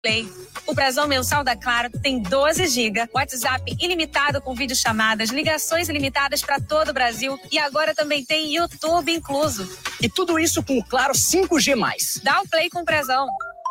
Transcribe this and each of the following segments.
Play. O Prazão mensal da Claro tem 12 GB, WhatsApp ilimitado com videochamadas, ligações ilimitadas para todo o Brasil e agora também tem YouTube incluso. E tudo isso com o Claro 5G+. Dá o Play com o Prazão.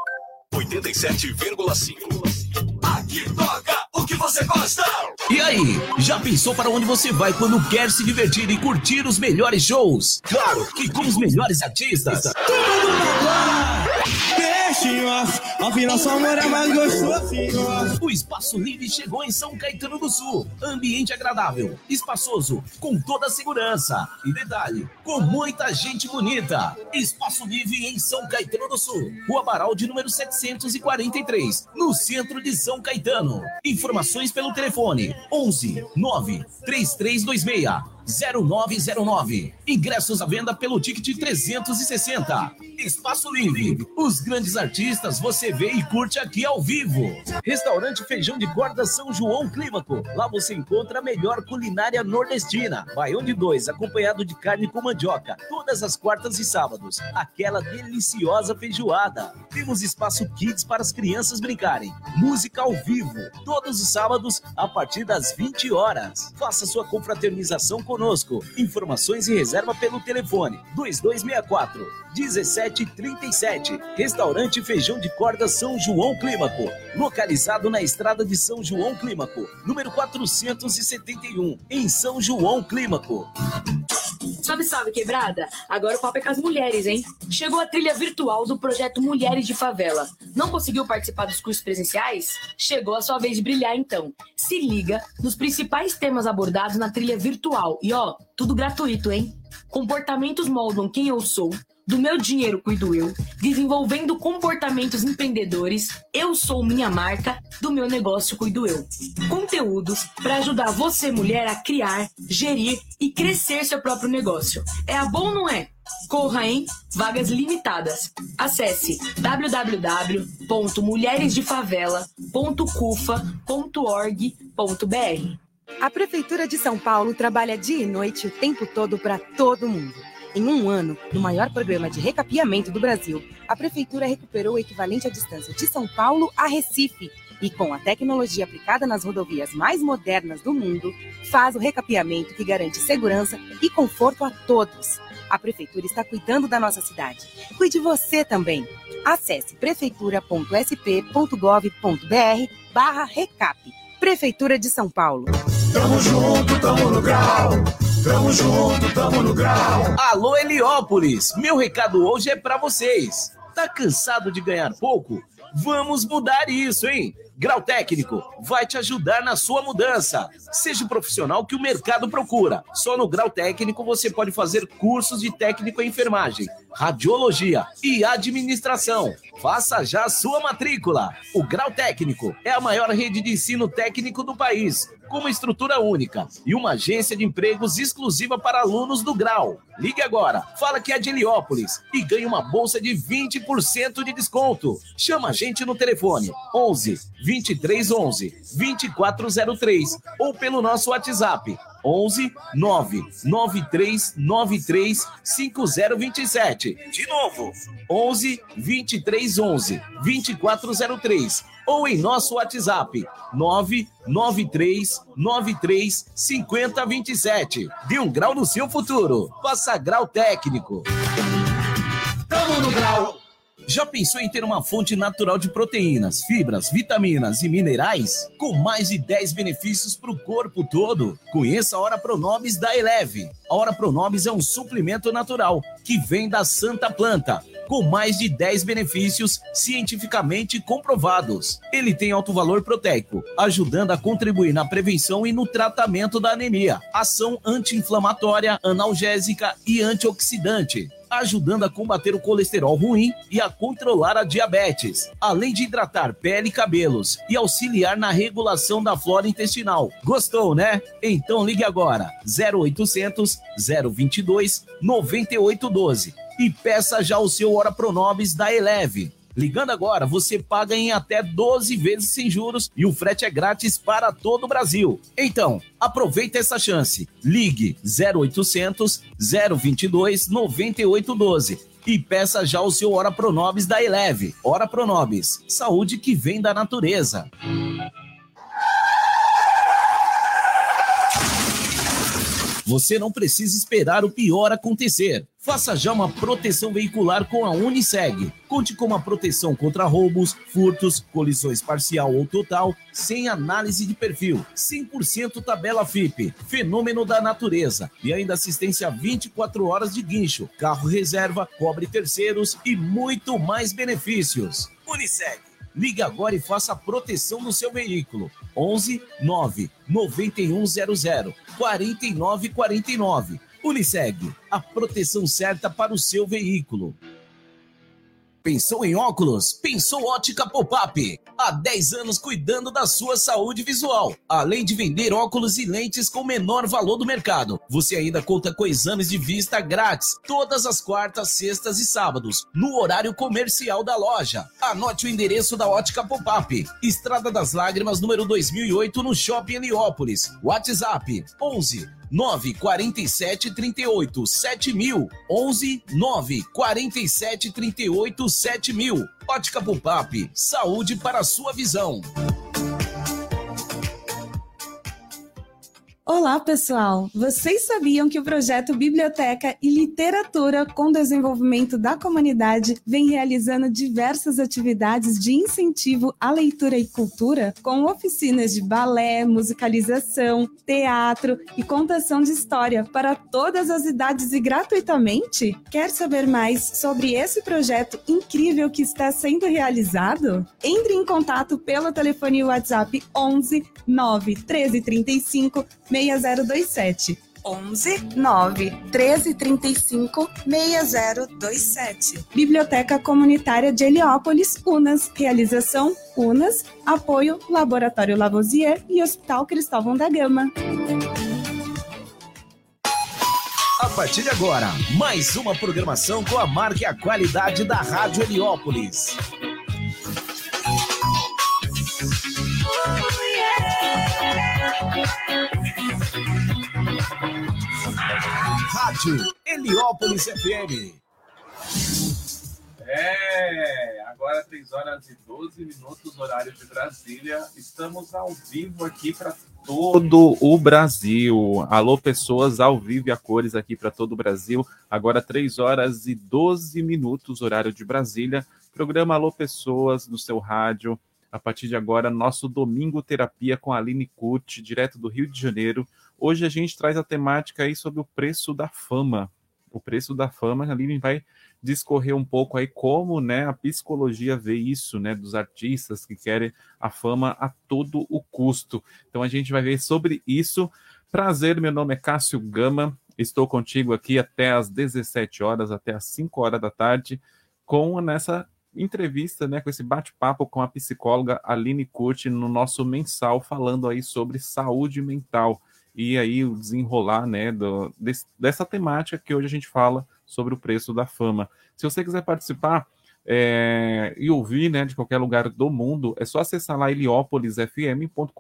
87,5. Aqui toca o que você gosta. E aí, já pensou para onde você vai quando quer se divertir e curtir os melhores shows? Claro que com os melhores artistas. Tudo lá! Afinal, sua amor é mais gostosinho. O Espaço Livre chegou em São Caetano do Sul. Ambiente agradável, espaçoso, com toda a segurança. E detalhe, com muita gente bonita. Espaço Livre em São Caetano do Sul. Rua Baraldi, número 743, no centro de São Caetano. Informações pelo telefone 11 9 3326 0909. Ingressos à venda pelo ticket 360. Espaço Livre. Os grandes artistas você vê e curte aqui ao vivo. Restaurante Feijão de Corda São João Clímaco. Lá você encontra a melhor culinária nordestina. Baião de 2, acompanhado de carne com mandioca. Todas as quartas e sábados. Aquela deliciosa feijoada. Temos espaço kids para as crianças brincarem. Música ao vivo. Todos os sábados, a partir das 20 horas. Faça sua confraternização conosco. Informações e reserva pelo telefone 2264-1737. Restaurante Feijão de Corda São João Clímaco. Localizado na estrada de São João Clímaco, número 471, em São João Clímaco. Salve, salve, quebrada! Agora o papo é com as mulheres, hein? Chegou a trilha virtual do projeto Mulheres de Favela. Não conseguiu participar dos cursos presenciais? Chegou a sua vez de brilhar, então. Se liga nos principais temas abordados na trilha virtual. E ó, tudo gratuito, hein? Comportamentos moldam quem eu sou. Do meu dinheiro cuido eu, desenvolvendo comportamentos empreendedores, eu sou minha marca, do meu negócio cuido eu. Conteúdos para ajudar você, mulher, a criar, gerir e crescer seu próprio negócio. É a bom, não é? Corra, hein? Vagas limitadas. Acesse www.mulheresdefavela.cufa.org.br. A Prefeitura de São Paulo trabalha dia e noite o tempo todo para todo mundo. Em um ano, no maior programa de recapeamento do Brasil, a Prefeitura recuperou o equivalente à distância de São Paulo a Recife e, com a tecnologia aplicada nas rodovias mais modernas do mundo, faz o recapeamento que garante segurança e conforto a todos. A Prefeitura está cuidando da nossa cidade. Cuide você também. Acesse prefeitura.sp.gov.br/recap. Prefeitura de São Paulo. Tamo junto, tamo no grau. Tamo junto, tamo no grau. Alô, Heliópolis! Meu recado hoje é pra vocês. Tá cansado de ganhar pouco? Vamos mudar isso, hein? Grau Técnico vai te ajudar na sua mudança. Seja o profissional que o mercado procura. Só no Grau Técnico você pode fazer cursos de técnico em enfermagem, radiologia e administração. Faça já a sua matrícula. O Grau Técnico é a maior rede de ensino técnico do país, com uma estrutura única e uma agência de empregos exclusiva para alunos do Grau. Ligue agora, fala que é de Heliópolis e ganhe uma bolsa de 20% de desconto. Chama a gente no telefone 11 2311 2403 ou pelo nosso WhatsApp 11 99393 5027. De novo, 11 2311 2403 ou em nosso WhatsApp 99393 5027. Dê um grau no seu futuro. Faça Grau Técnico. Tamo no grau. Já pensou em ter uma fonte natural de proteínas, fibras, vitaminas e minerais? Com mais de 10 benefícios para o corpo todo? Conheça a Ora Pronobis da Eleve. A Ora Pronobis é um suplemento natural que vem da Santa Planta, com mais de 10 benefícios cientificamente comprovados. Ele tem alto valor proteico, ajudando a contribuir na prevenção e no tratamento da anemia, ação anti-inflamatória, analgésica e antioxidante, ajudando a combater o colesterol ruim e a controlar a diabetes, além de hidratar pele e cabelos e auxiliar na regulação da flora intestinal. Gostou, né? Então ligue agora, 0800 022 9812 e peça já o seu Ora Pronobis da Eleve. Ligando agora, você paga em até 12 vezes sem juros e o frete é grátis para todo o Brasil. Então, aproveita essa chance. Ligue 0800 022 9812 e peça já o seu Ora Pronobis da Eleve. Ora Pronobis, saúde que vem da natureza. Você não precisa esperar o pior acontecer. Faça já uma proteção veicular com a Uniseg. Conte com uma proteção contra roubos, furtos, colisões parcial ou total, sem análise de perfil. 100% tabela FIPE, fenômeno da natureza. E ainda assistência 24 horas de guincho, carro reserva, cobre terceiros e muito mais benefícios. Uniseg. Ligue agora e faça a proteção do seu veículo. 11 9 9100 4949. Uniseg, a proteção certa para o seu veículo. Pensou em óculos? Pensou Ótica Pop-Up. Há 10 anos cuidando da sua saúde visual. Além de vender óculos e lentes com menor valor do mercado, você ainda conta com exames de vista grátis todas as quartas, sextas e sábados, no horário comercial da loja. Anote o endereço da Ótica Pop-Up. Estrada das Lágrimas, número 2008, no Shopping Heliópolis. WhatsApp 11 947 38 7000. 11 947 38 7000. Ótica Pop-Up, saúde para a sua visão. Olá, pessoal! Vocês sabiam que o projeto Biblioteca e Literatura com Desenvolvimento da Comunidade vem realizando diversas atividades de incentivo à leitura e cultura, com oficinas de balé, musicalização, teatro e contação de história para todas as idades e gratuitamente? Quer saber mais sobre esse projeto incrível que está sendo realizado? Entre em contato pelo telefone WhatsApp 11 9 1335 6027. 11 9 1335 6027. Biblioteca Comunitária de Heliópolis, UNAS. Realização UNAS. Apoio Laboratório Lavoisier e Hospital Cristóvão da Gama. A partir de agora, mais uma programação com a marca e a qualidade da Rádio Heliópolis. Rádio Heliópolis FM. Agora 3 horas e 12 minutos, horário de Brasília. Estamos ao vivo aqui para todo o Brasil. Alô, pessoas, ao vivo e a cores aqui para todo o Brasil. Agora 3 horas e 12 minutos, horário de Brasília. Programa Alô, Pessoas, no seu rádio. A partir de agora, nosso Domingo Terapia com a Aline Curti, direto do Rio de Janeiro. Hoje a gente traz a temática aí sobre o preço da fama. O preço da fama, a Aline vai discorrer um pouco aí como, né, a psicologia vê isso, né, dos artistas que querem a fama a todo o custo. Então a gente vai ver sobre isso. Prazer, meu nome é Cássio Gama. Estou contigo aqui até às 17 horas, até às 5 horas da tarde, nessa entrevista, né, com esse bate-papo com a psicóloga Aline Curti no nosso mensal, falando aí sobre saúde mental e aí o desenrolar, né, dessa temática que hoje a gente fala sobre o preço da fama. Se você quiser participar e ouvir, né, de qualquer lugar do mundo, é só acessar lá heliopolisfm.com.br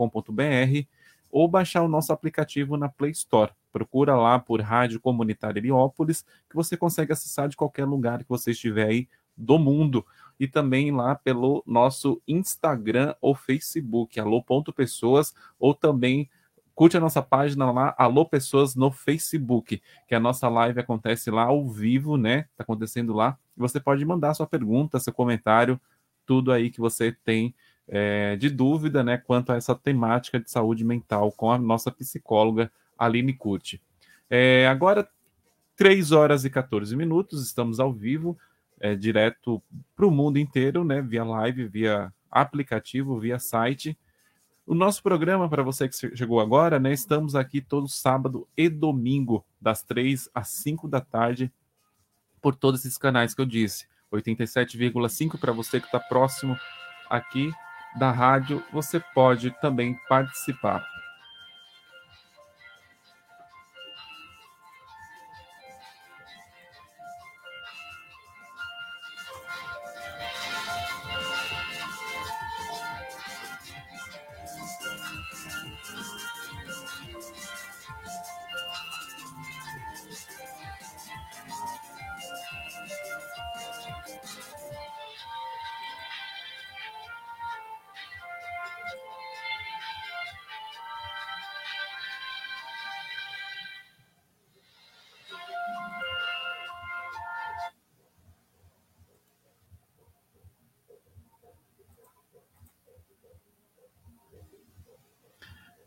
ou baixar o nosso aplicativo na Play Store. Procura lá por Rádio Comunitária Heliópolis, que você consegue acessar de qualquer lugar que você estiver aí do mundo, e também lá pelo nosso Instagram ou Facebook, alô.pessoas, ou também curte a nossa página lá, Alô Pessoas, no Facebook, que a nossa live acontece lá ao vivo, né? Tá acontecendo lá, e você pode mandar sua pergunta, seu comentário, tudo aí que você tem de dúvida, né, quanto a essa temática de saúde mental com a nossa psicóloga Aline Curti. Agora, 3 horas e 14 minutos, estamos ao vivo, direto para o mundo inteiro, né, via live, via aplicativo, via site. O nosso programa, para você que chegou agora, né, estamos aqui todo sábado e domingo, das 3 às 5 da tarde, por todos esses canais que eu disse. 87,5 para você que está próximo aqui da rádio, você pode também participar.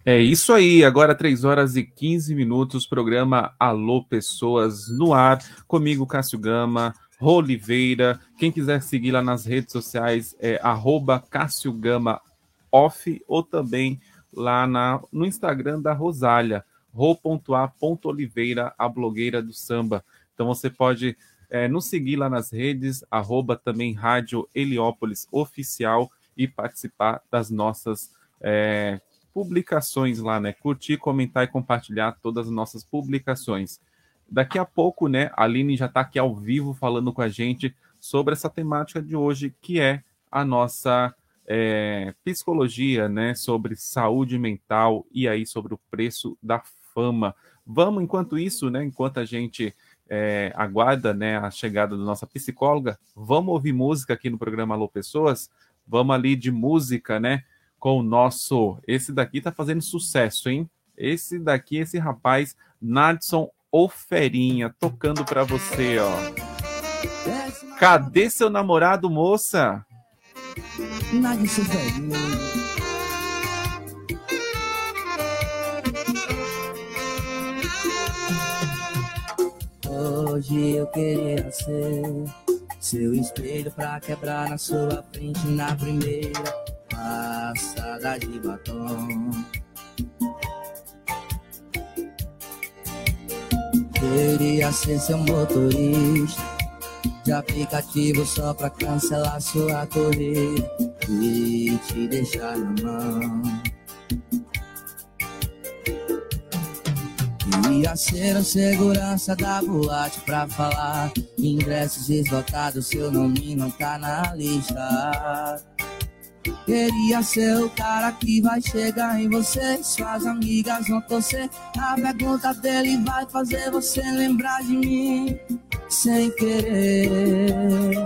É isso aí, agora 3h15, programa Alô Pessoas no ar, comigo Cássio Gama, Oliveira. Quem quiser seguir lá nas redes sociais é @CássioGamaOff ou também lá no Instagram da Rosália, ro.a.oliveira, a blogueira do samba. Então você pode nos seguir lá nas redes, @também Rádio Heliópolis Oficial e participar das nossas publicações lá, né? Curtir, comentar e compartilhar todas as nossas publicações. Daqui a pouco, né, a Aline já está aqui ao vivo falando com a gente sobre essa temática de hoje, que é a nossa psicologia, né, sobre saúde mental e aí sobre o preço da fama. Vamos, enquanto isso, né, enquanto a gente aguarda, né, a chegada da nossa psicóloga, vamos ouvir música aqui no programa Alô Pessoas? Vamos ali de música, né? Com o nosso... Esse daqui tá fazendo sucesso, hein? Esse daqui, esse rapaz, Nadson Oferinha, tocando pra você, ó. Cadê seu namorado, moça? Nadson Oferinha. Hoje eu queria ser seu espelho pra quebrar na sua frente na primeira passada de batom. Queria ser seu motorista de aplicativo só pra cancelar sua corrida e te deixar na mão. Queria ser o segurança da boate pra falar ingressos esgotados, seu nome não tá na lista. Queria ser o cara que vai chegar em você, suas amigas vão torcer, a pergunta dele vai fazer você lembrar de mim sem querer.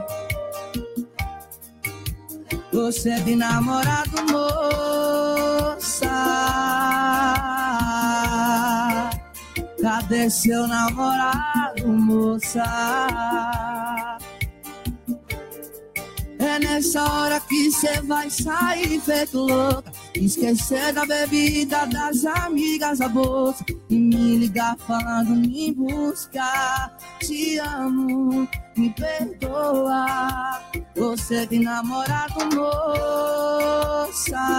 Você tem namorado, moça? Cadê seu namorado, moça? É nessa hora que cê vai sair feito louca, esquecer da bebida, das amigas, a bolsa, e me ligar falando me buscar. Te amo, me perdoa. Você tem namorado, moça?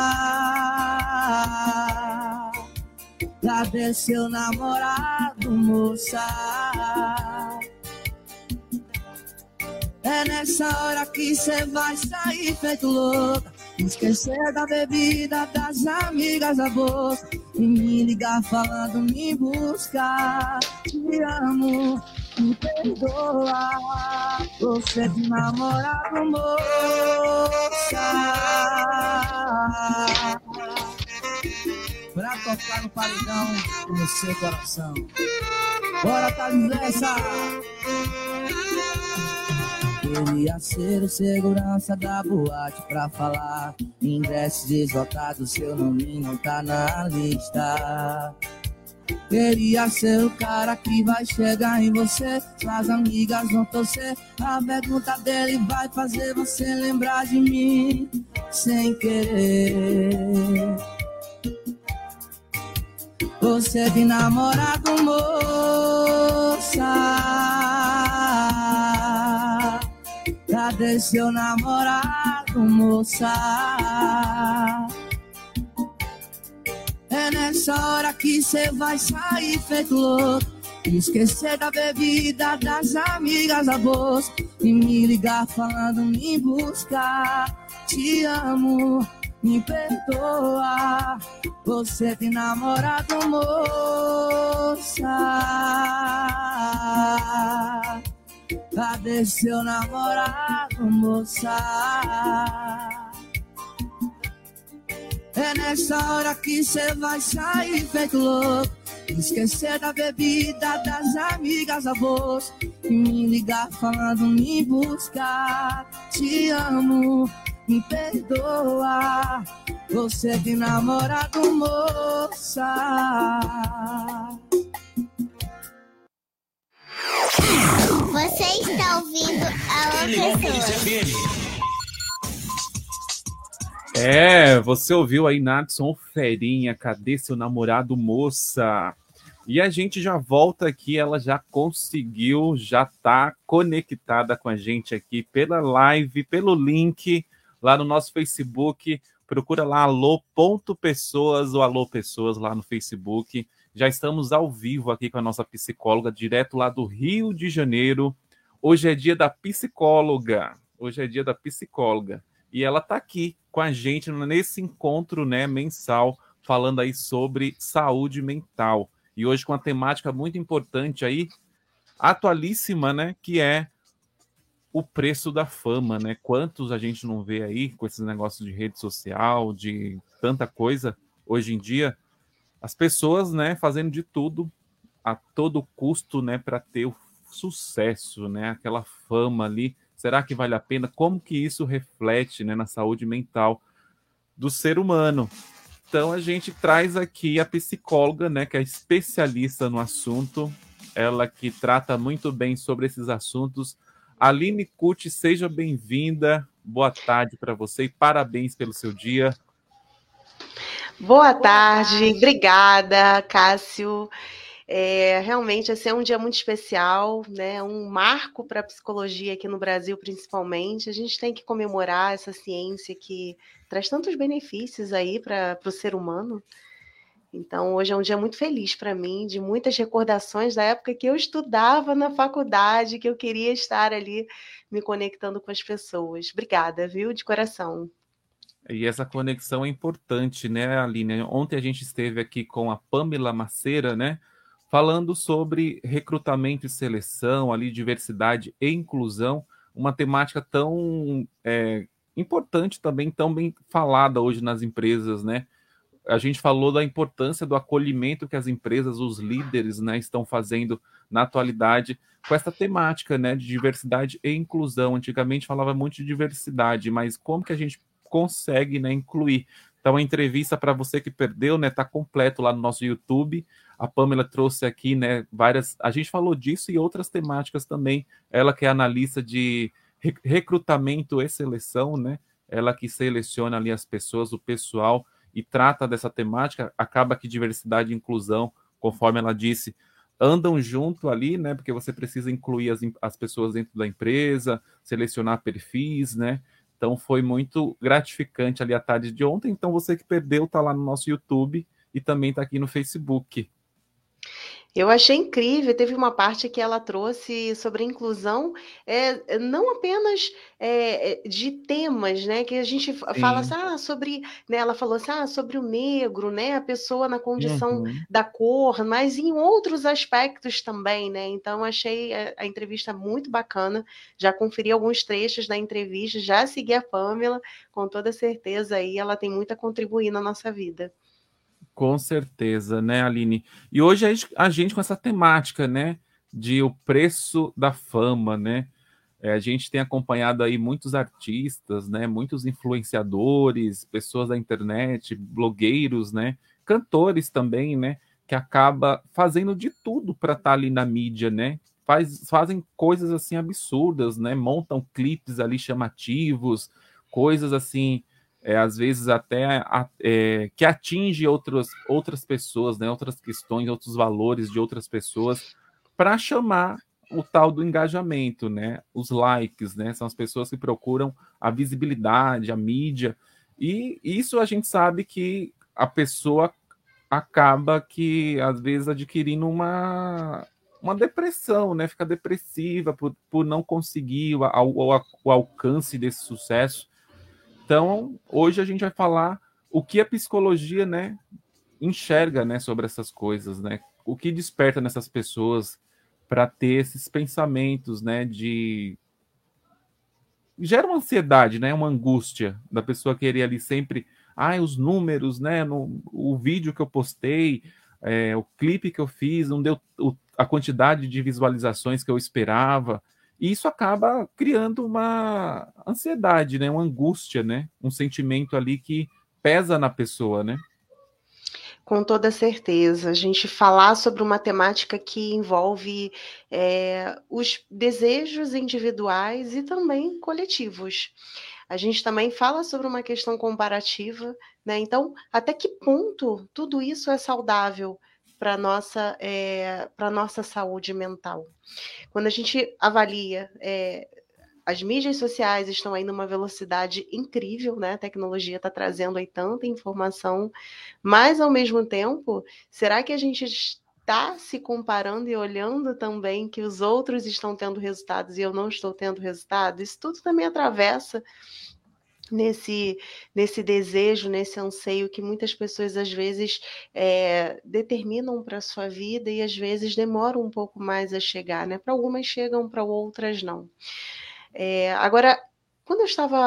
Cadê seu namorado, moça? É nessa hora que cê vai sair feito louca, esquecer da bebida, das amigas, a bolsa, e me ligar falando me buscar. Te amo, me perdoa. Você tem namorado, moça? Pra tocar no paredão no seu coração. Bora, Thalissa! Queria ser o segurança da boate pra falar ingressos esgotados, seu nome não tá na lista. Queria ser o cara que vai chegar em você, suas amigas vão torcer, a pergunta dele vai fazer você lembrar de mim sem querer. Você tem namorado, moça? Cadê seu namorado, moça? É nessa hora que cê vai sair feito louco, esquecer da bebida, das amigas, a bolsa, e me ligar falando me buscar. Te amo, me perdoa. Você tem namorado, moça? Cadê seu namorado, moça? É nessa hora que cê vai sair feito louco, esquecer da bebida, das amigas, a bolsa, e me ligar falando me buscar. Te amo, me perdoa. Você tem namorado, moça? Você está ouvindo a Alô Pessoas. Você ouviu aí, Nadson Ferinha, cadê seu namorado, moça? E a gente já volta aqui, ela já conseguiu, já tá conectada com a gente aqui pela live, pelo link lá no nosso Facebook. Procura lá alô.pessoas ou alô pessoas lá no Facebook. Já estamos ao vivo aqui com a nossa psicóloga, direto lá do Rio de Janeiro. Hoje é dia da psicóloga. E ela está aqui com a gente nesse encontro, né, mensal, falando aí sobre saúde mental. E hoje com uma temática muito importante aí, atualíssima, né, que é o preço da fama, né? Quantos a gente não vê aí com esses negócios de rede social, de tanta coisa hoje em dia, as pessoas, né, fazendo de tudo a todo custo, né, para ter o sucesso, né, aquela fama ali. Será que vale a pena? Como que isso reflete, né, na saúde mental do ser humano? Então a gente traz aqui a psicóloga, né, que é especialista no assunto, ela que trata muito bem sobre esses assuntos. Aline Cucci, seja bem-vinda. Boa tarde para você e parabéns pelo seu dia. Boa tarde, obrigada, Cássio. Realmente, esse é um dia muito especial, né? Um marco para a psicologia aqui no Brasil, principalmente. A gente tem que comemorar essa ciência que traz tantos benefícios aí para o ser humano. Então, hoje é um dia muito feliz para mim, de muitas recordações da época que eu estudava na faculdade, que eu queria estar ali me conectando com as pessoas. Obrigada, viu? De coração. E essa conexão é importante, né, Aline? Ontem a gente esteve aqui com a Pamela Maceira, né, falando sobre recrutamento e seleção, ali, diversidade e inclusão, uma temática tão importante também, tão bem falada hoje nas empresas, né? A gente falou da importância do acolhimento que as empresas, os líderes, né, estão fazendo na atualidade com essa temática, né, de diversidade e inclusão. Antigamente falava muito de diversidade, mas como que a gente consegue, né, incluir? Então, a entrevista para você que perdeu, né, tá completo lá no nosso YouTube. A Pamela trouxe aqui, né, várias... A gente falou disso e outras temáticas também. Ela que é analista de recrutamento e seleção, né? Ela que seleciona ali as pessoas, o pessoal, e trata dessa temática. Acaba que diversidade e inclusão, conforme ela disse, andam junto ali, né? Porque você precisa incluir as pessoas dentro da empresa, selecionar perfis, né? Então foi muito gratificante ali a tarde de ontem. Então você que perdeu está lá no nosso YouTube e também está aqui no Facebook. Eu achei incrível, teve uma parte que ela trouxe sobre inclusão, não apenas de temas, né? Que a gente fala assim, sobre, né, ela falou assim, sobre o negro, né? A pessoa na condição da cor, mas em outros aspectos também, né? Então, achei a entrevista muito bacana. Já conferi alguns trechos da entrevista, já segui a Pamela, com toda certeza aí ela tem muito a contribuir na nossa vida. Com certeza, né, Aline? E hoje a gente com essa temática, né, de o preço da fama, né? A gente tem acompanhado aí muitos artistas, né, muitos influenciadores, pessoas da internet, blogueiros, né, cantores também, né, que acaba fazendo de tudo para estar ali na mídia, né? Fazem coisas assim absurdas, né? Montam clipes ali chamativos, coisas assim... às vezes até que atinge outras pessoas, né, outras questões, outros valores de outras pessoas, para chamar o tal do engajamento, né, os likes, né, são as pessoas que procuram a visibilidade, a mídia, e isso a gente sabe que a pessoa acaba que, às vezes, adquirindo uma depressão, né, fica depressiva por não conseguir o alcance desse sucesso. Então, hoje a gente vai falar o que a psicologia, né, enxerga, né, sobre essas coisas, né? O que desperta nessas pessoas para ter esses pensamentos, né, gera uma ansiedade, né, uma angústia da pessoa querer ali sempre, os números, né, o vídeo que eu postei, o clipe que eu fiz, não deu a quantidade de visualizações que eu esperava. E isso acaba criando uma ansiedade, né? Uma angústia, né? Um sentimento ali que pesa na pessoa, né? Com toda certeza. A gente falar sobre uma temática que envolve os desejos individuais e também coletivos. A gente também fala sobre uma questão comparativa, né? Então, até que ponto tudo isso é saudável para a nossa saúde mental? Quando a gente avalia, as mídias sociais estão aí numa velocidade incrível, né? A tecnologia está trazendo aí tanta informação, mas ao mesmo tempo, será que a gente está se comparando e olhando também que os outros estão tendo resultados e eu não estou tendo resultado? Isso tudo também atravessa nesse desejo, nesse anseio que muitas pessoas às vezes determinam para a sua vida e às vezes demoram um pouco mais a chegar, né? Para algumas chegam, para outras não. Agora, quando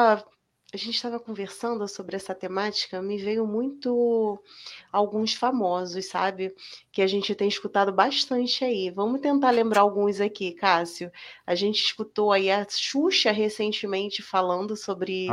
a gente estava conversando sobre essa temática, me veio muito alguns famosos, sabe? Que a gente tem escutado bastante aí. Vamos tentar lembrar alguns aqui, Cássio. A gente escutou aí a Xuxa recentemente falando sobre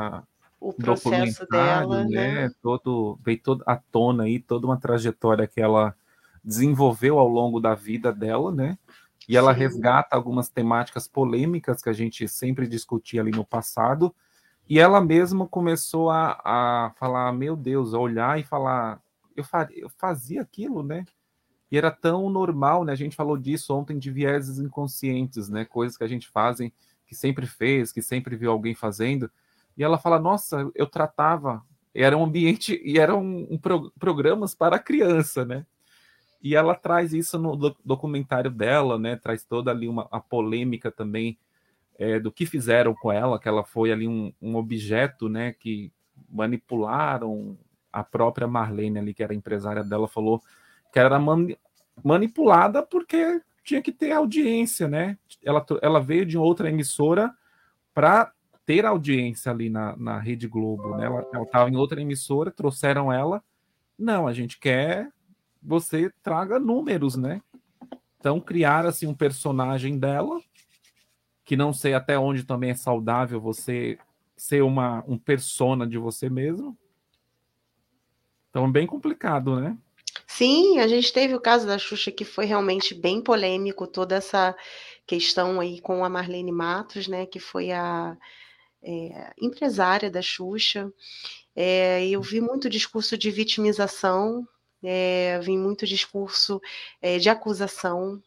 o processo dela, né? Veio toda à tona aí, toda uma trajetória que ela desenvolveu ao longo da vida dela, né? E ela resgata algumas temáticas polêmicas que a gente sempre discutia ali no passado. E ela mesma começou a falar, meu Deus, a olhar e falar, eu fazia aquilo, né? E era tão normal, né? A gente falou disso ontem, de vieses inconscientes, né? Coisas que a gente fazem, que sempre fez, que sempre viu alguém fazendo. E ela fala, nossa, eu tratava, era um ambiente, e eram programas para criança, né? E ela traz isso no documentário dela, né? Traz toda ali a polêmica também, do que fizeram com ela, que ela foi ali um objeto, né, que manipularam. A própria Marlene ali, que era a empresária dela, falou que era manipulada porque tinha que ter audiência, né? Ela veio de outra emissora para ter audiência ali na Rede Globo, né? Ela estava em outra emissora, trouxeram ela. Não, a gente quer você traga números, né? Então criar assim um personagem dela, que não sei até onde também é saudável você ser um persona de você mesmo. Então é bem complicado, né? Sim, a gente teve o caso da Xuxa, que foi realmente bem polêmico, toda essa questão aí com a Marlene Matos, né, que foi a empresária da Xuxa. Eu vi muito discurso de vitimização, vi muito discurso de acusação.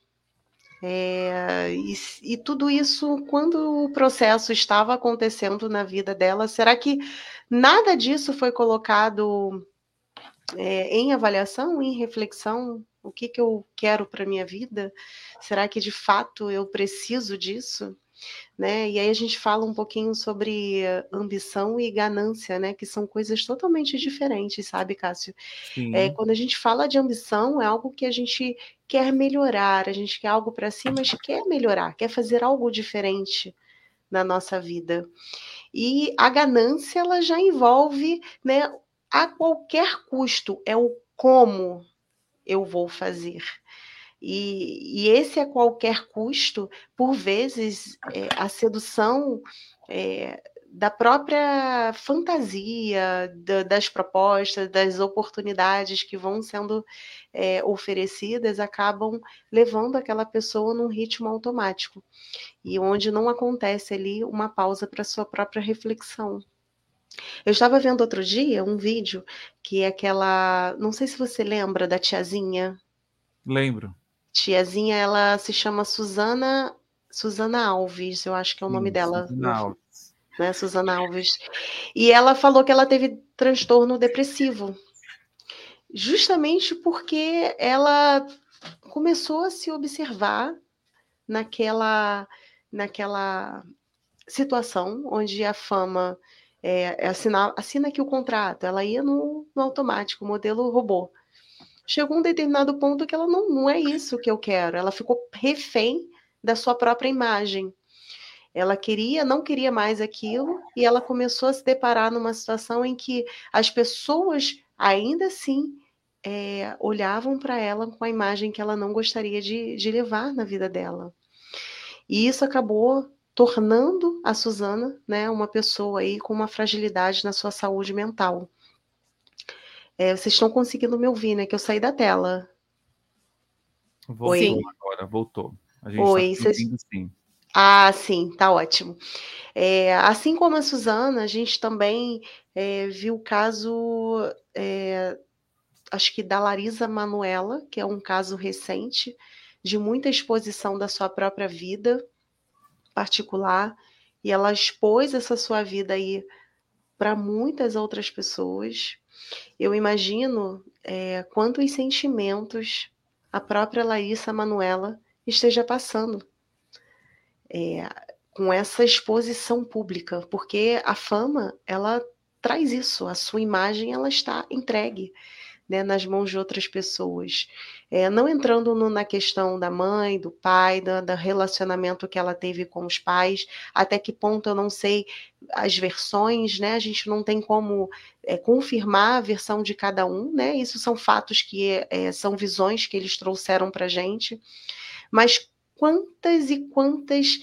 E tudo isso, quando o processo estava acontecendo na vida dela, será que nada disso foi colocado em avaliação, em reflexão? O que eu quero para a minha vida? Será que de fato eu preciso disso? Né? E aí a gente fala um pouquinho sobre ambição e ganância, né? Que são coisas totalmente diferentes, sabe, Cássio? Quando a gente fala de ambição, é algo que a gente quer melhorar, a gente quer algo para si, mas quer melhorar, quer fazer algo diferente na nossa vida. E a ganância, ela já envolve, né, a qualquer custo, é o como eu vou fazer. E esse a qualquer custo, por vezes, a sedução da própria fantasia, das propostas, das oportunidades que vão sendo oferecidas, acabam levando aquela pessoa num ritmo automático, e onde não acontece ali uma pausa para sua própria reflexão. Eu estava vendo outro dia um vídeo que é aquela... Não sei se você lembra da tiazinha. Lembro. Tiazinha, ela se chama Suzana Alves, eu acho que é o nome dela. Suzana Alves. Né, Suzana Alves. E ela falou que ela teve transtorno depressivo, justamente porque ela começou a se observar naquela situação onde a fama assina aqui o contrato, ela ia no automático, modelo robô. Chegou um determinado ponto que ela não é isso que eu quero. Ela ficou refém da sua própria imagem. Ela não queria mais aquilo, e ela começou a se deparar numa situação em que as pessoas, ainda assim, olhavam para ela com a imagem que ela não gostaria de levar na vida dela. E isso acabou tornando a Suzana, né, uma pessoa aí com uma fragilidade na sua saúde mental. Vocês estão conseguindo me ouvir, né? Que eu saí da tela. Voltou agora, voltou. A gente está ouvindo, sim. Ah, sim, tá ótimo. Assim como a Suzana, a gente também viu o caso, acho que da Larisa Manoela, que é um caso recente, de muita exposição da sua própria vida particular, e ela expôs essa sua vida aí para muitas outras pessoas. Eu imagino quantos sentimentos a própria Larisa Manoela esteja passando com essa exposição pública, porque a fama, ela traz isso, a sua imagem, ela está entregue, né, nas mãos de outras pessoas. Não entrando na questão da mãe, do pai, do relacionamento que ela teve com os pais, até que ponto eu não sei as versões, né? A gente não tem como confirmar a versão de cada um, né? Isso são fatos que são visões que eles trouxeram para a gente, mas quantas e quantas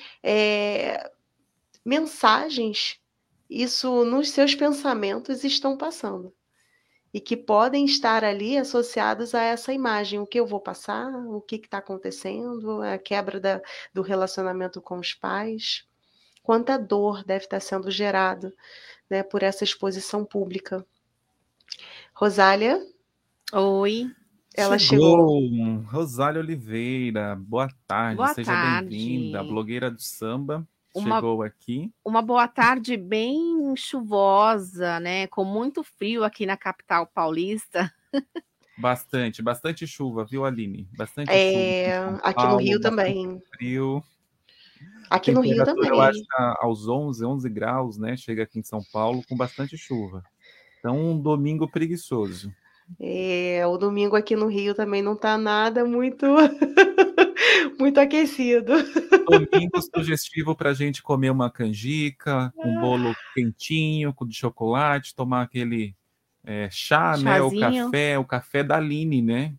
mensagens isso nos seus pensamentos estão passando e que podem estar ali associados a essa imagem, o que eu vou passar, o que está acontecendo, a quebra do relacionamento com os pais, quanta dor deve estar sendo gerada, né, por essa exposição pública. Rosália? Oi. Ela chegou. Rosália Oliveira, boa tarde, boa seja bem-vinda, blogueira do samba, chegou aqui. Uma boa tarde bem chuvosa, né, com muito frio aqui na capital paulista. Bastante chuva, viu, Aline? Bastante chuva. Aqui no Rio também. Frio. Aqui no Rio também. Eu acho que aos 11 graus, né, chega aqui em São Paulo com bastante chuva. Então, um domingo preguiçoso. O domingo aqui no Rio também não tá nada muito muito aquecido. Domingo sugestivo para a gente comer uma canjica, um bolo quentinho, de chocolate, tomar aquele chá, chazinho, né? O café da Aline, né?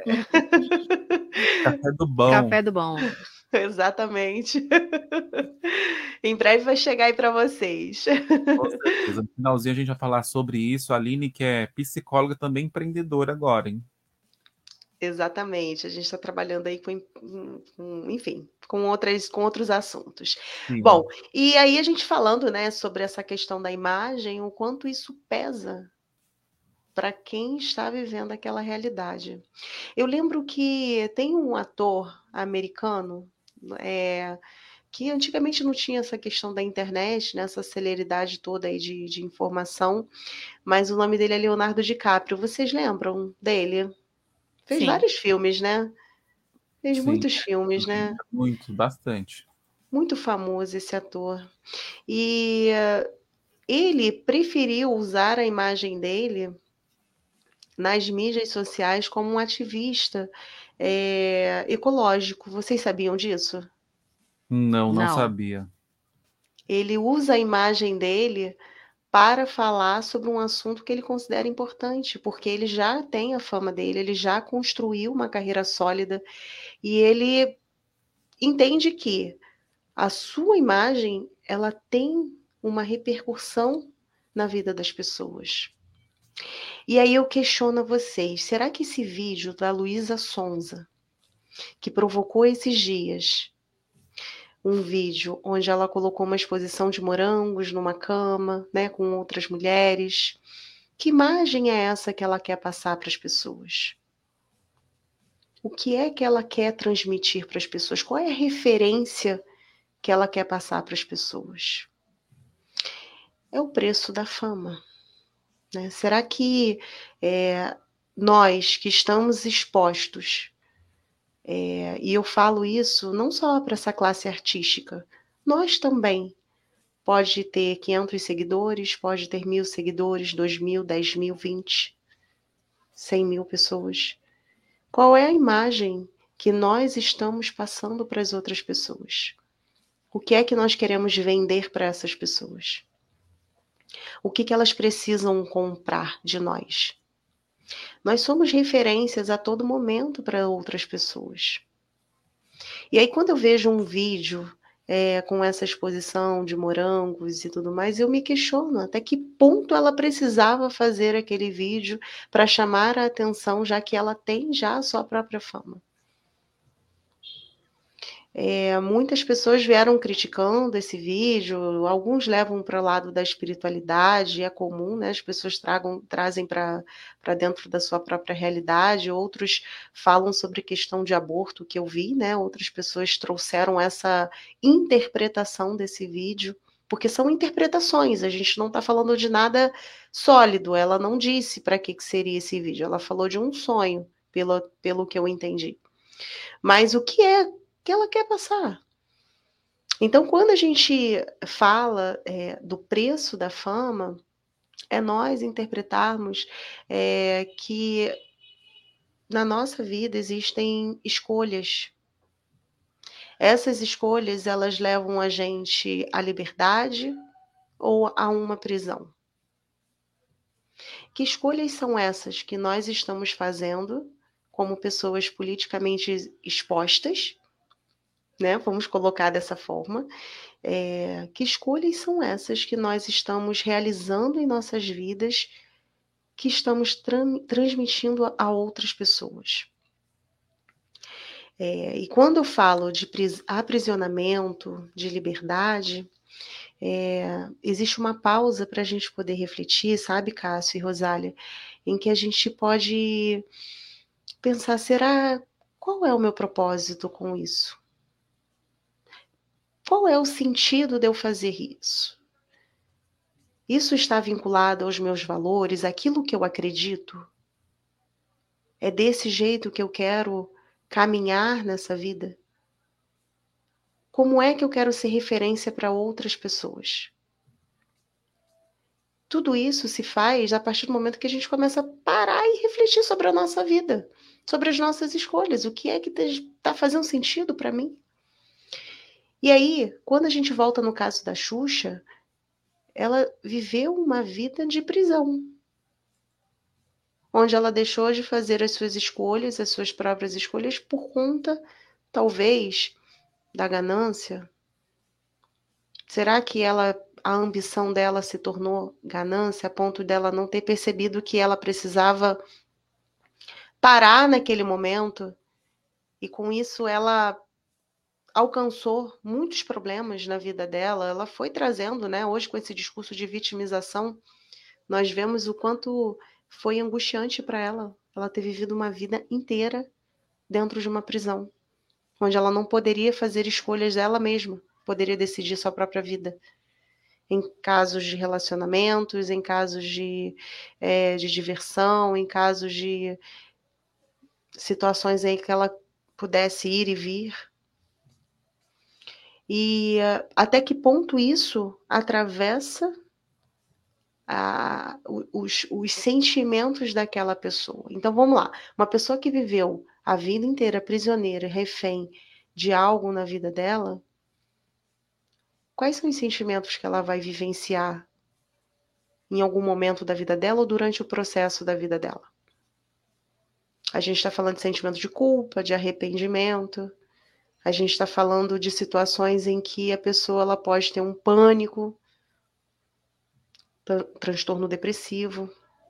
Café do bom. Café do bom. Exatamente. Em breve vai chegar aí para vocês. Com certeza. No finalzinho a gente vai falar sobre isso. A Aline, que é psicóloga, também empreendedora agora, hein? Exatamente. A gente está trabalhando aí enfim, com outros assuntos. Sim. Bom, e aí a gente falando, né, sobre essa questão da imagem, o quanto isso pesa para quem está vivendo aquela realidade. Eu lembro que tem um ator americano que antigamente não tinha essa questão da internet, né, essa celeridade toda aí de informação, mas o nome dele é Leonardo DiCaprio. Vocês lembram dele? Fez Sim. vários filmes, né? Fez Sim. muitos filmes, né? Bastante. Muito famoso esse ator. E ele preferiu usar a imagem dele nas mídias sociais como um ativista ecológico. Vocês sabiam disso? Não sabia. Ele usa a imagem dele para falar sobre um assunto que ele considera importante, porque ele já tem a fama dele, ele já construiu uma carreira sólida e ele entende que a sua imagem, ela tem uma repercussão na vida das pessoas. E aí eu questiono a vocês, será que esse vídeo da Luísa Sonza, que provocou esses dias, um vídeo onde ela colocou uma exposição de morangos numa cama, né, com outras mulheres, que imagem é essa que ela quer passar para as pessoas? O que é que ela quer transmitir para as pessoas? Qual é a referência que ela quer passar para as pessoas? É o preço da fama, né? Será que nós que estamos expostos, e eu falo isso não só para essa classe artística, nós também, pode ter 500 seguidores, pode ter 1.000 seguidores, 2.000, 10.000, 20, 100.000 pessoas. Qual é a imagem que nós estamos passando para as outras pessoas? O que é que nós queremos vender para essas pessoas? O que elas precisam comprar de nós? Nós somos referências a todo momento para outras pessoas. E aí, quando eu vejo um vídeo com essa exposição de morangos e tudo mais, eu me questiono até que ponto ela precisava fazer aquele vídeo para chamar a atenção, já que ela tem já a sua própria fama. Muitas pessoas vieram criticando esse vídeo, alguns levam para o lado da espiritualidade, é comum, né? As pessoas trazem para dentro da sua própria realidade, outros falam sobre a questão de aborto, que eu vi, né? Outras pessoas trouxeram essa interpretação desse vídeo, porque são interpretações, a gente não está falando de nada sólido, ela não disse para que seria esse vídeo, ela falou de um sonho, pelo que eu entendi. Mas o que é que ela quer passar? Então, quando a gente fala do preço da fama, é nós interpretarmos que na nossa vida existem escolhas. Essas escolhas, elas levam a gente à liberdade ou a uma prisão. Que escolhas são essas que nós estamos fazendo como pessoas politicamente expostas, né? Vamos colocar dessa forma. Que escolhas são essas que nós estamos realizando em nossas vidas, que estamos transmitindo a outras pessoas? E quando eu falo de aprisionamento, de liberdade, existe uma pausa para a gente poder refletir, sabe, Cássio e Rosália, em que a gente pode pensar, qual é o meu propósito com isso? Qual é o sentido de eu fazer isso? Isso está vinculado aos meus valores, aquilo que eu acredito? É desse jeito que eu quero caminhar nessa vida? Como é que eu quero ser referência para outras pessoas? Tudo isso se faz a partir do momento que a gente começa a parar e refletir sobre a nossa vida, sobre as nossas escolhas, o que é que está fazendo sentido para mim? E aí, quando a gente volta no caso da Xuxa, ela viveu uma vida de prisão, onde ela deixou de fazer as suas escolhas, as suas próprias escolhas, por conta, talvez, da ganância. Será que a ambição dela se tornou ganância, a ponto dela não ter percebido que ela precisava parar naquele momento? E com isso ela alcançou muitos problemas na vida dela, ela foi trazendo, né? Hoje, com esse discurso de vitimização, nós vemos o quanto foi angustiante para ela ter vivido uma vida inteira dentro de uma prisão, onde ela não poderia fazer escolhas dela mesma, poderia decidir sua própria vida. Em casos de relacionamentos, em casos de diversão, em casos de situações em que ela pudesse ir e vir. E até que ponto isso atravessa os sentimentos daquela pessoa. Então vamos lá, uma pessoa que viveu a vida inteira prisioneira, refém de algo na vida dela, quais são os sentimentos que ela vai vivenciar em algum momento da vida dela ou durante o processo da vida dela? A gente está falando de sentimento de culpa, de arrependimento. A gente está falando de situações em que a pessoa ela pode ter um pânico, transtorno depressivo.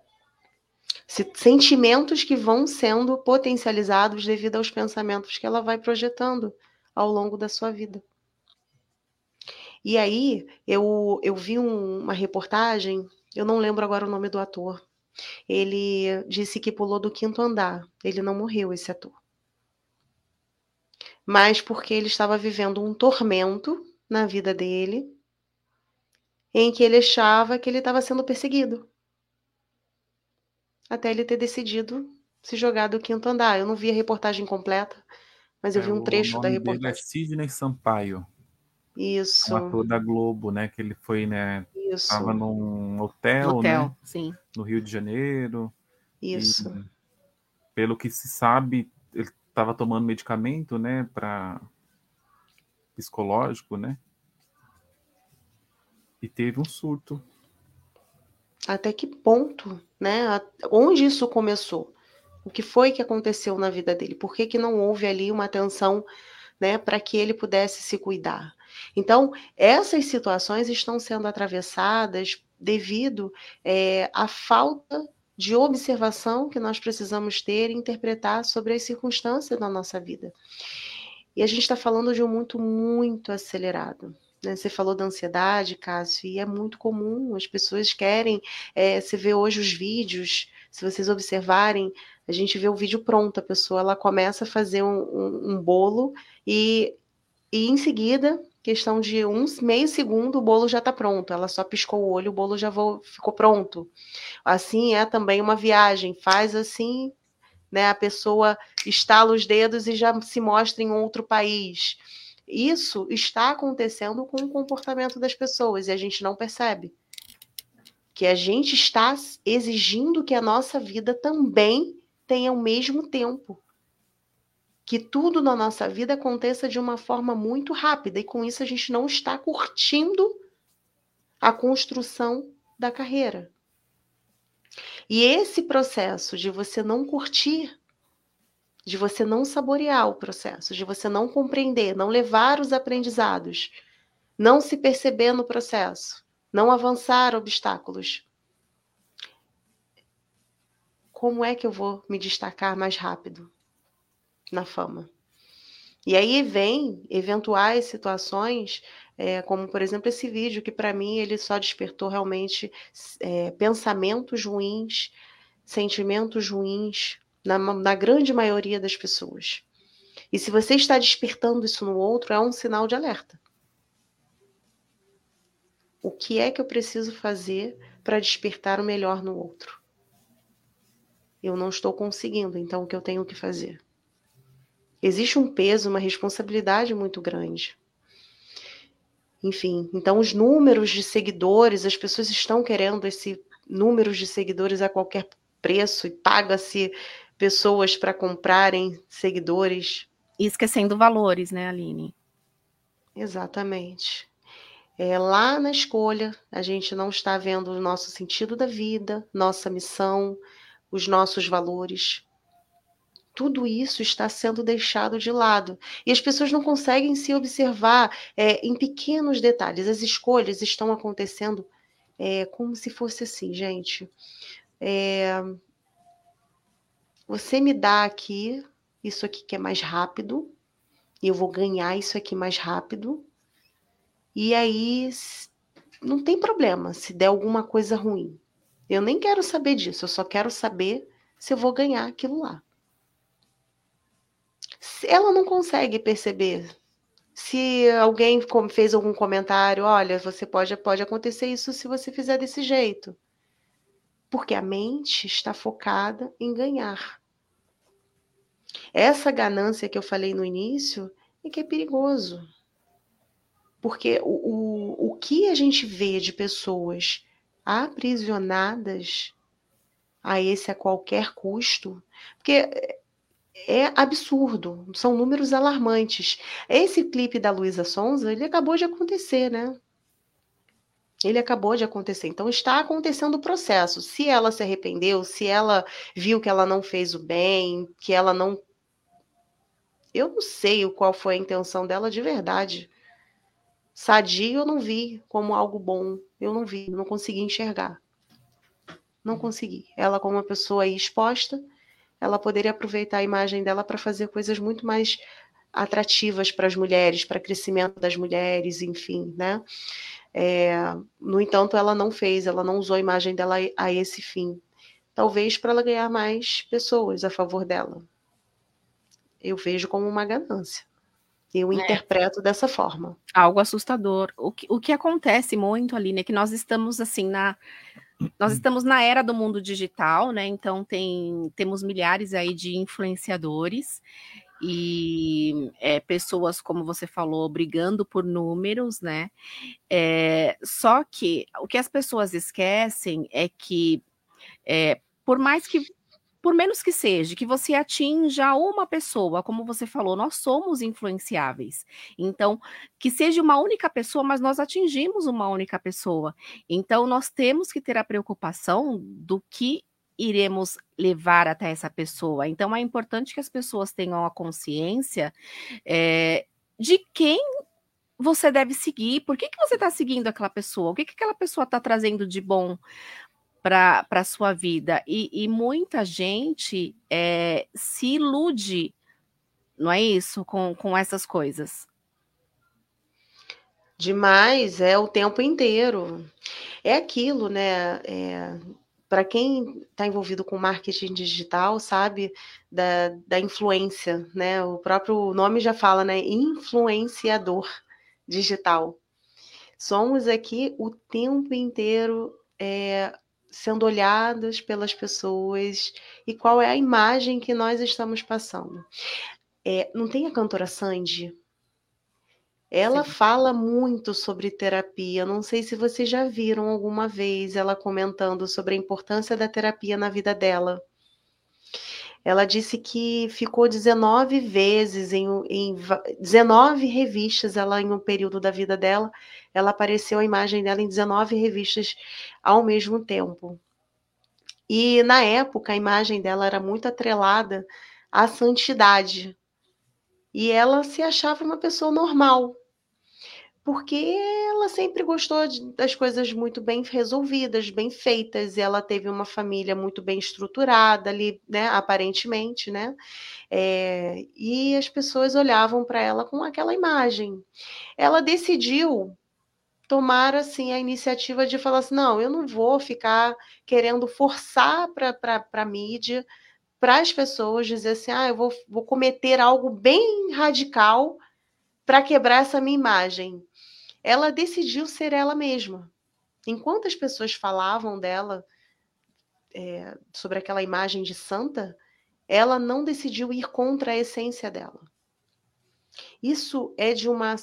Sentimentos que vão sendo potencializados devido aos pensamentos que ela vai projetando ao longo da sua vida. E aí, eu vi uma reportagem, eu não lembro agora o nome do ator. Ele disse que pulou do 5º andar. Ele não morreu, esse ator. Mas porque ele estava vivendo um tormento na vida dele, em que ele achava que ele estava sendo perseguido. Até ele ter decidido se jogar do 5º andar. Eu não vi a reportagem completa, mas eu vi um trecho da reportagem. O nome dele é Sidney Sampaio. Isso. Um ator da Globo, né? Que ele foi, né? Isso. Estava num hotel, né? Sim. No Rio de Janeiro. Isso. E, pelo que se sabe, ele estava tomando medicamento, né? Para psicológico, né? E teve um surto. Até que ponto, né? Onde isso começou? O que foi que aconteceu na vida dele? Por que não houve ali uma atenção, né, para que ele pudesse se cuidar? Então, essas situações estão sendo atravessadas devido à falta de observação que nós precisamos ter e interpretar sobre as circunstâncias da nossa vida. E a gente está falando de um mundo muito acelerado. Né? Você falou da ansiedade, Cássio, e é muito comum, as pessoas querem, você vê hoje os vídeos, se vocês observarem, a gente vê o vídeo pronto, a pessoa ela começa a fazer um bolo e em seguida, questão de meio segundo, o bolo já está pronto, ela só piscou o olho, o bolo já ficou pronto. Assim é também uma viagem, faz assim, né, a pessoa estala os dedos e já se mostra em outro país. Isso está acontecendo com o comportamento das pessoas e a gente não percebe. Que a gente está exigindo que a nossa vida também tenha o mesmo tempo. Que tudo na nossa vida aconteça de uma forma muito rápida e com isso a gente não está curtindo a construção da carreira. E esse processo de você não curtir, de você não saborear o processo, de você não compreender, não levar os aprendizados, não se perceber no processo, não avançar obstáculos. Como é que eu vou me destacar mais rápido na fama? E aí vem eventuais situações, como por exemplo esse vídeo, que para mim ele só despertou realmente pensamentos ruins, sentimentos ruins, na grande maioria das pessoas. E se você está despertando isso no outro, é um sinal de alerta. O que é que eu preciso fazer para despertar o melhor no outro? Eu não estou conseguindo, então o que eu tenho que fazer? Existe um peso, uma responsabilidade muito grande. Enfim, então os números de seguidores, as pessoas estão querendo esse números de seguidores a qualquer preço e paga-se pessoas para comprarem seguidores. E esquecendo valores, né, Aline? Exatamente. Lá na escolha, a gente não está vendo o nosso sentido da vida, nossa missão, os nossos valores. Tudo isso está sendo deixado de lado. E as pessoas não conseguem se observar em pequenos detalhes. As escolhas estão acontecendo como se fosse assim, gente. Você me dá aqui, isso aqui que é mais rápido, e eu vou ganhar isso aqui mais rápido. E aí, não tem problema se der alguma coisa ruim. Eu nem quero saber disso, eu só quero saber se eu vou ganhar aquilo lá. Ela não consegue perceber. Se alguém fez algum comentário, olha, pode acontecer isso se você fizer desse jeito. Porque a mente está focada em ganhar. Essa ganância que eu falei no início é que é perigoso. Porque o que a gente vê de pessoas aprisionadas a qualquer custo, porque é absurdo, são números alarmantes. Esse clipe da Luísa Sonza, ele acabou de acontecer, né? Ele acabou de acontecer, então está acontecendo o processo. Se ela se arrependeu, se ela viu que ela não fez o bem, que ela não... Eu não sei qual foi a intenção dela de verdade. Sadio eu não vi como algo bom, eu não vi, não consegui enxergar. Não consegui. Ela como uma pessoa aí exposta, ela poderia aproveitar a imagem dela para fazer coisas muito mais atrativas para as mulheres, para o crescimento das mulheres, enfim, né? No entanto, ela não fez, ela não usou a imagem dela a esse fim. Talvez para ela ganhar mais pessoas a favor dela. Eu vejo como uma ganância. Eu interpreto dessa forma. Algo assustador. O que acontece muito, Aline, é que nós estamos assim nós estamos na era do mundo digital, né? Então temos milhares aí de influenciadores e pessoas, como você falou, brigando por números, né? Só que o que as pessoas esquecem é que por menos que seja, que você atinja uma pessoa, como você falou, nós somos influenciáveis. Então, que seja uma única pessoa, mas nós atingimos uma única pessoa. Então, nós temos que ter a preocupação do que iremos levar até essa pessoa. Então, é importante que as pessoas tenham a consciência de quem você deve seguir, por que você está seguindo aquela pessoa, o que aquela pessoa está trazendo de bom para a sua vida. E muita gente se ilude não é isso? Com essas coisas. Demais, é o tempo inteiro. É aquilo, né? Para quem está envolvido com marketing digital, sabe da influência, né? O próprio nome já fala, né? Influenciador digital. Somos aqui o tempo inteiro sendo olhadas pelas pessoas e qual é a imagem que nós estamos passando. Não tem a cantora Sandy? Ela fala muito sobre terapia. Não sei se vocês já viram alguma vez ela comentando sobre a importância da terapia na vida dela. Ela disse que ficou 19 vezes em 19 revistas, ela em um período da vida dela, ela apareceu a imagem dela em 19 revistas ao mesmo tempo. E na época a imagem dela era muito atrelada à santidade. E ela se achava uma pessoa normal, porque ela sempre gostou das coisas muito bem resolvidas, bem feitas, e ela teve uma família muito bem estruturada ali, né, aparentemente, né? E as pessoas olhavam para ela com aquela imagem. Ela decidiu tomar assim a iniciativa de falar assim, não, eu não vou ficar querendo forçar para a mídia, para as pessoas dizer assim, eu vou cometer algo bem radical para quebrar essa minha imagem. Ela decidiu ser ela mesma. Enquanto as pessoas falavam dela sobre aquela imagem de santa, ela não decidiu ir contra a essência dela. Isso é de uma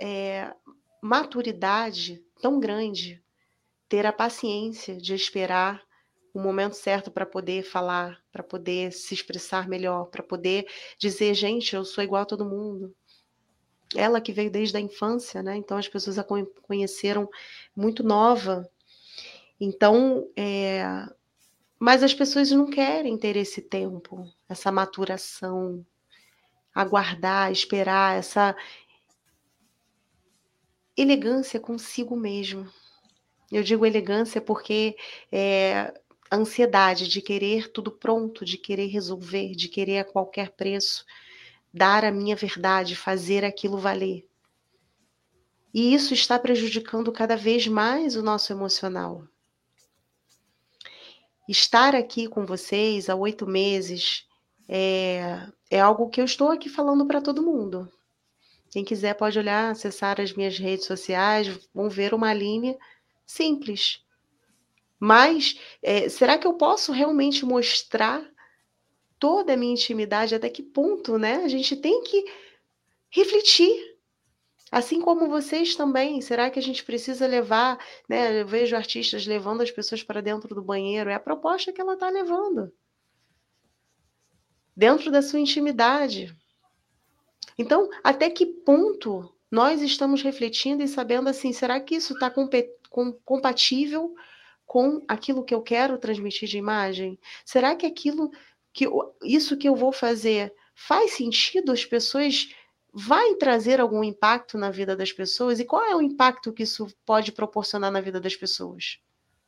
maturidade tão grande, ter a paciência de esperar o momento certo para poder falar, para poder se expressar melhor, para poder dizer, gente, eu sou igual a todo mundo. Ela que veio desde a infância, né? Então as pessoas a conheceram muito nova. Então, mas as pessoas não querem ter esse tempo, essa maturação, aguardar, esperar, essa elegância consigo mesmo. Eu digo elegância porque a ansiedade de querer tudo pronto, de querer resolver, de querer a qualquer preço, dar a minha verdade, fazer aquilo valer. E isso está prejudicando cada vez mais o nosso emocional. Estar aqui com vocês há 8 meses é algo que eu estou aqui falando para todo mundo. Quem quiser pode olhar, acessar as minhas redes sociais, vão ver uma linha simples. Mas será que eu posso realmente mostrar toda a minha intimidade? Até que ponto, né? A gente tem que refletir. Assim como vocês também, será que a gente precisa levar, né? Eu vejo artistas levando as pessoas para dentro do banheiro, é a proposta que ela está levando. Dentro da sua intimidade. Então, até que ponto nós estamos refletindo e sabendo assim, será que isso está compatível com aquilo que eu quero transmitir de imagem? Será que isso que eu vou fazer faz sentido? As pessoas vai trazer algum impacto na vida das pessoas? E qual é o impacto que isso pode proporcionar na vida das pessoas?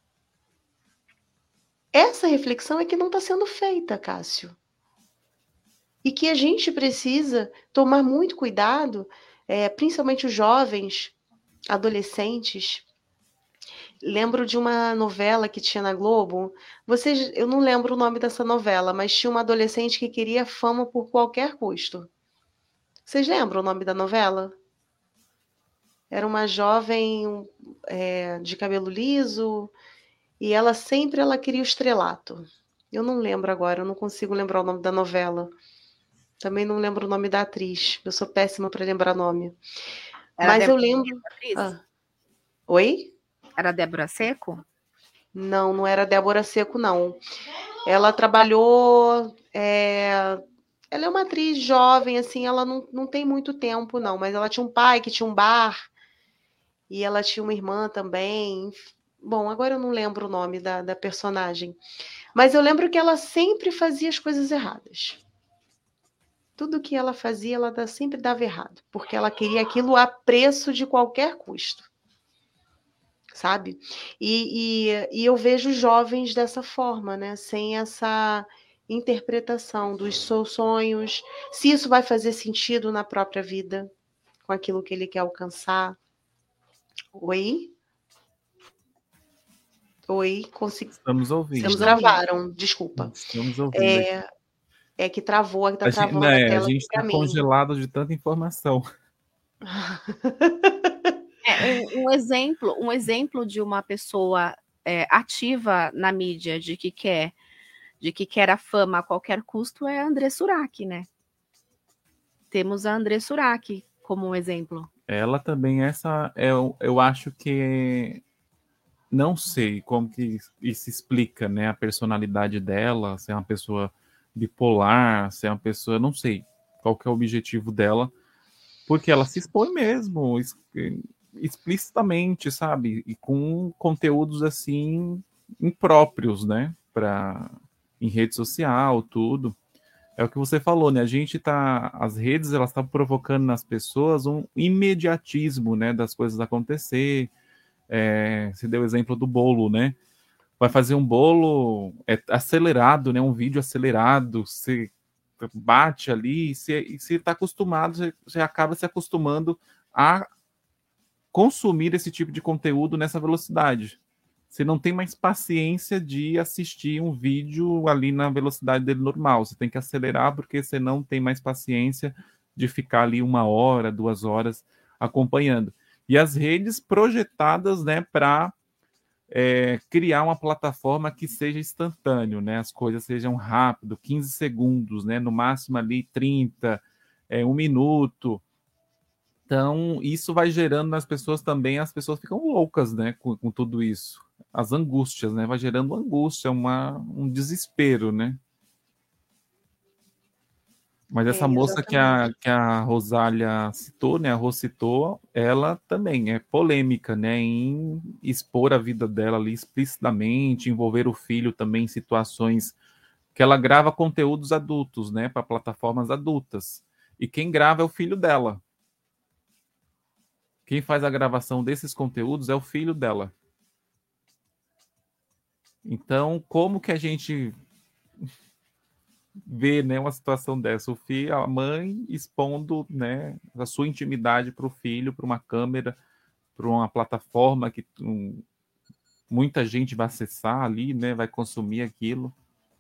Essa reflexão é que não está sendo feita, Cássio. E que a gente precisa tomar muito cuidado, principalmente os jovens, adolescentes. Lembro de uma novela que tinha na Globo. Eu não lembro o nome dessa novela, mas tinha uma adolescente que queria fama por qualquer custo. Vocês lembram o nome da novela? Era uma jovem de cabelo liso e ela queria o estrelato. Eu não lembro agora, eu não consigo lembrar o nome da novela. Também não lembro o nome da atriz. Eu sou péssima para lembrar nome. Mas eu lembro... Oi? Era Débora Seco? Não, não era Débora Seco, não. Ela trabalhou... Ela é uma atriz jovem, assim, ela não tem muito tempo, não. Mas ela tinha um pai que tinha um bar. E ela tinha uma irmã também. Bom, agora eu não lembro o nome da personagem. Mas eu lembro que ela sempre fazia as coisas erradas. Tudo que ela fazia, ela sempre dava errado. Porque ela queria aquilo a preço de qualquer custo. Sabe? E eu vejo jovens dessa forma, né? Sem essa interpretação dos seus sonhos, se isso vai fazer sentido na própria vida, com aquilo que ele quer alcançar. Oi? Oi? Estamos ouvindo. Vocês travaram, desculpa. Estamos ouvindo. É que travou, tá travando a tela. A gente está congelado de tanta informação. Um exemplo de uma pessoa ativa na mídia de que quer a fama a qualquer custo é a André Surak, né? Temos a André Surak como um exemplo. Ela também, eu acho que não sei como que isso explica, né? A personalidade dela, se é uma pessoa bipolar, se é uma pessoa, não sei qual que é o objetivo dela, porque ela se expõe mesmo, explicitamente, sabe? E com conteúdos assim impróprios, né? Em rede social, tudo. É o que você falou, né? As redes, elas estão provocando nas pessoas um imediatismo, né? Das coisas acontecer. Você deu o exemplo do bolo, né? Vai fazer um bolo acelerado, né? Um vídeo acelerado, você bate ali, e se está acostumado, você acaba se acostumando a consumir esse tipo de conteúdo nessa velocidade. Você não tem mais paciência de assistir um vídeo ali na velocidade dele normal. Você tem que acelerar porque você não tem mais paciência de ficar ali 1 hora, 2 horas acompanhando. E as redes projetadas, né, para criar uma plataforma que seja instantâneo, né? As coisas sejam rápido, 15 segundos, né? No máximo ali 30, 1 minuto. Então, isso vai gerando nas pessoas também, as pessoas ficam loucas, né? Com tudo isso. As angústias, né? Vai gerando angústia, um desespero, né? Mas essa moça que a Rosália citou, né, a Rô citou, ela também é polêmica, né, em expor a vida dela ali explicitamente, envolver o filho também em situações que ela grava conteúdos adultos, né, para plataformas adultas. E quem grava é o filho dela. Quem faz a gravação desses conteúdos é o filho dela. Então, como que a gente ver, né, uma situação dessa, a mãe expondo, né, a sua intimidade para o filho, para uma câmera, para uma plataforma que muita gente vai acessar ali, né, vai consumir aquilo.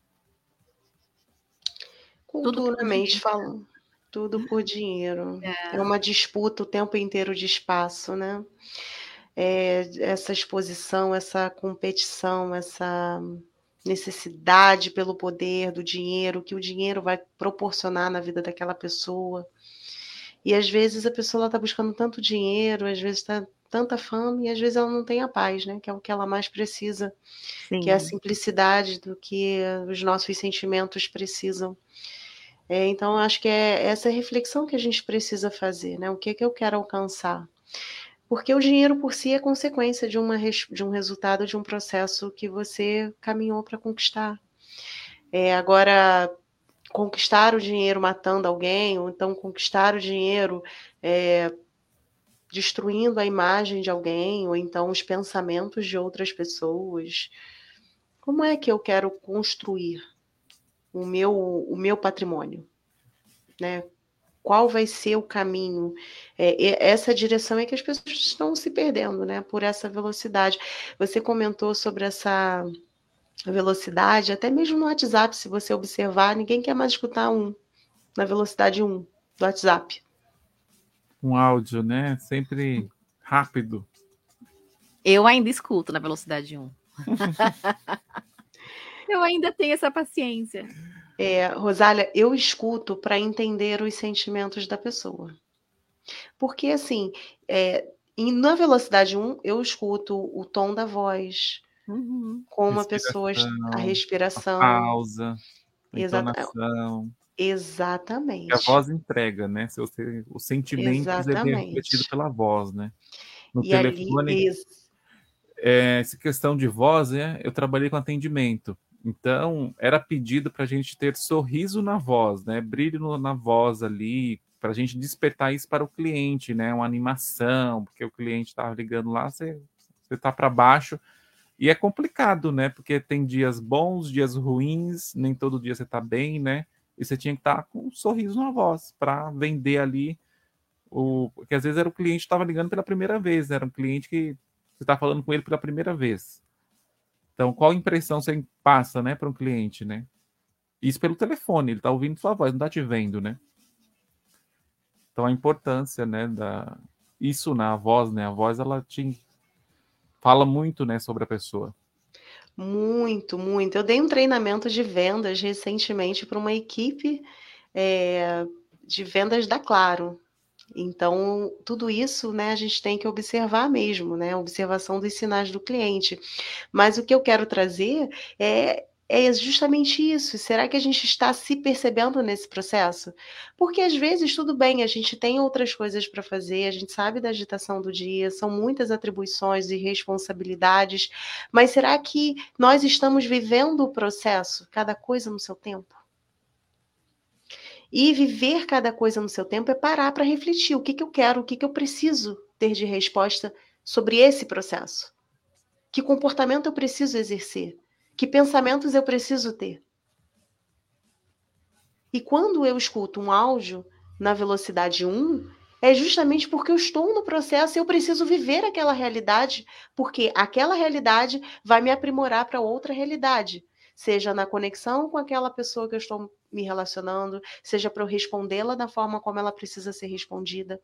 Culturalmente falando, tudo por dinheiro. É uma disputa o tempo inteiro de espaço, né? Essa exposição, essa competição, essa necessidade pelo poder do dinheiro, que o dinheiro vai proporcionar na vida daquela pessoa. E às vezes a pessoa está buscando tanto dinheiro, às vezes está tanta fama, e às vezes ela não tem a paz, né? Que é o que ela mais precisa. Sim. Que é a simplicidade do que os nossos sentimentos precisam. Então, acho que é essa reflexão que a gente precisa fazer, né? O que eu quero alcançar? Porque o dinheiro por si é consequência de um resultado, de um processo que você caminhou para conquistar. Agora, conquistar o dinheiro matando alguém, ou então conquistar o dinheiro destruindo a imagem de alguém, ou então os pensamentos de outras pessoas. Como é que eu quero construir o meu patrimônio, né? Qual vai ser o caminho? Essa direção é que as pessoas estão se perdendo, né? Por essa velocidade. Você comentou sobre essa velocidade, até mesmo no WhatsApp, se você observar, ninguém quer mais escutar na velocidade 1 do WhatsApp. Um áudio, né? Sempre rápido. Eu ainda escuto na velocidade 1. Eu ainda tenho essa paciência. Rosália, eu escuto para entender os sentimentos da pessoa. Porque, assim, na velocidade 1, eu escuto o tom da voz, como a pessoa, a respiração, a pausa, a entonação. Exatamente. Que a voz entrega, né? Os sentimentos é refletido pela voz, né? No telefone, essa questão de voz, né? Eu trabalhei com atendimento. Então, era pedido para a gente ter sorriso na voz, né? Brilho na voz ali, para a gente despertar isso para o cliente, né? Uma animação, porque o cliente estava ligando lá, você está para baixo, E é complicado, né? Porque tem dias bons, dias ruins, nem todo dia você tá bem, né? E você tinha que estar com um sorriso na voz para vender ali porque às vezes era o cliente que estava ligando pela primeira vez, né? Era um cliente que você está falando com ele pela primeira vez. Então, qual impressão você passa, né, para um cliente, né? Isso pelo telefone, ele está ouvindo sua voz, não está te vendo, né? Então, a importância, né, isso na voz, né? A voz, ela te fala muito, né, sobre a pessoa. Muito, muito. Eu dei um treinamento de vendas recentemente para uma equipe de vendas da Claro. Então, tudo isso, né, a gente tem que observar mesmo, né? Observação dos sinais do cliente. Mas o que eu quero trazer é justamente isso. Será que a gente está se percebendo nesse processo? Porque às vezes tudo bem, a gente tem outras coisas para fazer, a gente sabe da agitação do dia, são muitas atribuições e responsabilidades, mas será que nós estamos vivendo o processo, cada coisa no seu tempo? E viver cada coisa no seu tempo é parar para refletir o que eu quero, o que eu preciso ter de resposta sobre esse processo. Que comportamento eu preciso exercer? Que pensamentos eu preciso ter? E quando eu escuto um áudio na velocidade 1, é justamente porque eu estou no processo e eu preciso viver aquela realidade, porque aquela realidade vai me aprimorar para outra realidade. Seja na conexão com aquela pessoa que eu estou me relacionando, seja para eu respondê-la da forma como ela precisa ser respondida.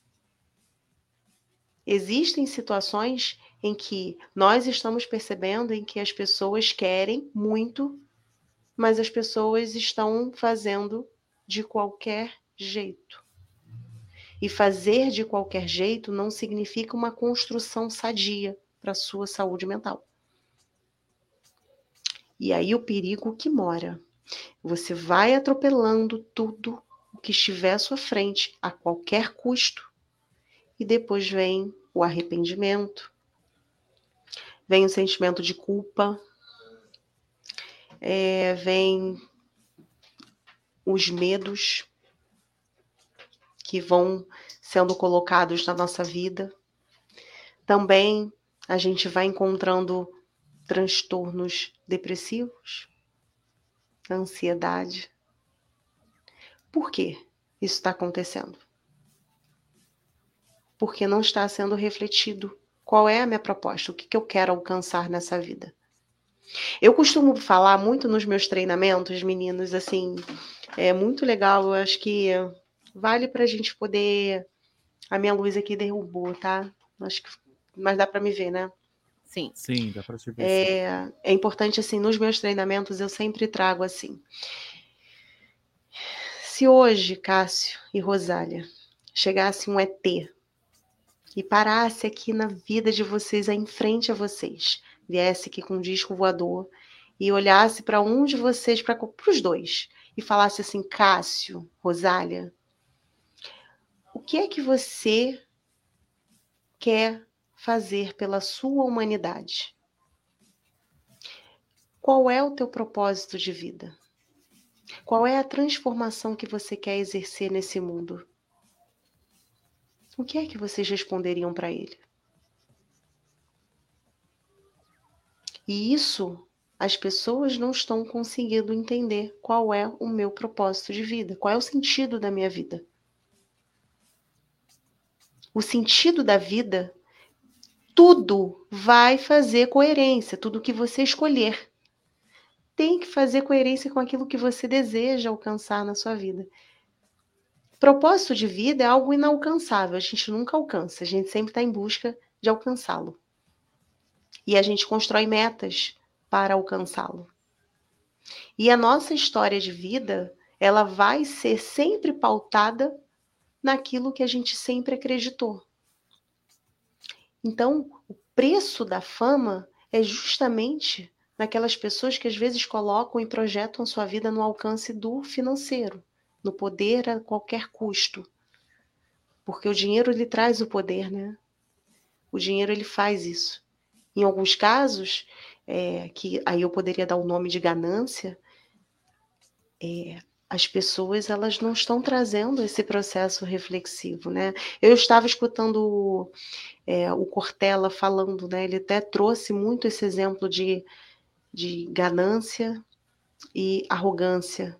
Existem situações em que nós estamos percebendo em que as pessoas querem muito, mas as pessoas estão fazendo de qualquer jeito. E fazer de qualquer jeito não significa uma construção sadia para a sua saúde mental. E aí o perigo que mora. Você vai atropelando tudo o que estiver à sua frente a qualquer custo. E depois vem o arrependimento, vem o sentimento de culpa, vem os medos que vão sendo colocados na nossa vida. Também a gente vai encontrando transtornos depressivos, ansiedade. Por que isso está acontecendo? Porque não está sendo refletido qual é a minha proposta, o que eu quero alcançar nessa vida. Eu costumo falar muito nos meus treinamentos, meninos, assim, é muito legal, eu acho que vale para a gente poder... A minha luz aqui derrubou, tá? Mas dá para me ver, né? Sim. Sim, dá para te ver. É importante, assim, nos meus treinamentos eu sempre trago assim. Se hoje, Cássio e Rosália, chegasse um ET e parasse aqui na vida de vocês, aí em frente a vocês, viesse aqui com um disco voador e olhasse para um de vocês, para os dois, e falasse assim: Cássio, Rosália, o que é que você quer fazer pela sua humanidade? Qual é o teu propósito de vida? Qual é a transformação que você quer exercer nesse mundo? O que é que vocês responderiam para ele? E isso, as pessoas não estão conseguindo entender qual é o meu propósito de vida, qual é o sentido da minha vida. O sentido da vida, tudo vai fazer coerência, tudo que você escolher tem que fazer coerência com aquilo que você deseja alcançar na sua vida. Propósito de vida é algo inalcançável, a gente nunca alcança, a gente sempre está em busca de alcançá-lo. E a gente constrói metas para alcançá-lo. E a nossa história de vida, ela vai ser sempre pautada naquilo que a gente sempre acreditou. Então, o preço da fama é justamente naquelas pessoas que às vezes colocam e projetam sua vida no alcance do financeiro, no poder a qualquer custo. Porque o dinheiro, ele traz o poder, né? O dinheiro, ele faz isso. Em alguns casos, que aí eu poderia dar o nome de ganância, as pessoas elas não estão trazendo esse processo reflexivo, né? Eu estava escutando o Cortella falando, né? Ele até trouxe muito esse exemplo de ganância e arrogância,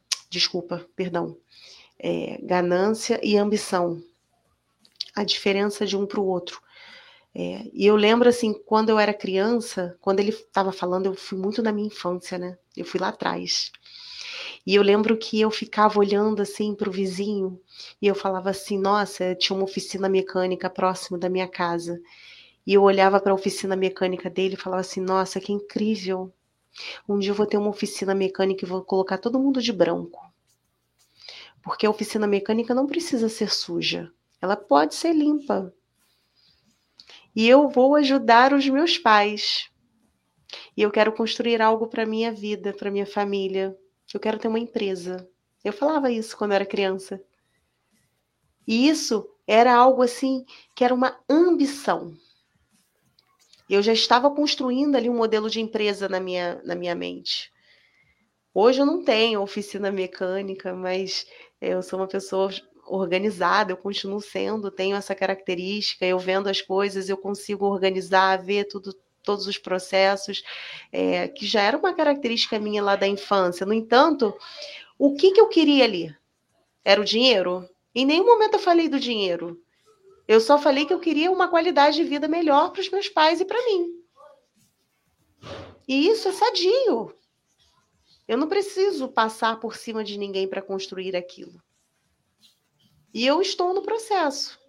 ganância e ambição, a diferença de um para o outro. E eu lembro, assim, quando eu era criança, quando ele estava falando, eu fui muito na minha infância, né? Eu fui lá atrás. E eu lembro que eu ficava olhando, assim, para o vizinho, e eu falava assim, nossa, tinha uma oficina mecânica próximo da minha casa. E eu olhava para a oficina mecânica dele e falava assim, nossa, que incrível. Um dia eu vou ter uma oficina mecânica e vou colocar todo mundo de branco. Porque a oficina mecânica não precisa ser suja. Ela pode ser limpa. E eu vou ajudar os meus pais. E eu quero construir algo para minha vida, para minha família. Eu quero ter uma empresa. Eu falava isso quando eu era criança. E isso era algo assim, que era uma ambição. Eu já estava construindo ali um modelo de empresa na minha mente. Hoje eu não tenho oficina mecânica, mas eu sou uma pessoa organizada, eu continuo sendo, tenho essa característica, eu vendo as coisas, eu consigo organizar, ver todos os processos, que já era uma característica minha lá da infância. No entanto, o que eu queria ali? Era o dinheiro? Em nenhum momento eu falei do dinheiro. Eu só falei que eu queria uma qualidade de vida melhor para os meus pais e para mim. E isso é sadio. Eu não preciso passar por cima de ninguém para construir aquilo. E eu estou no processo.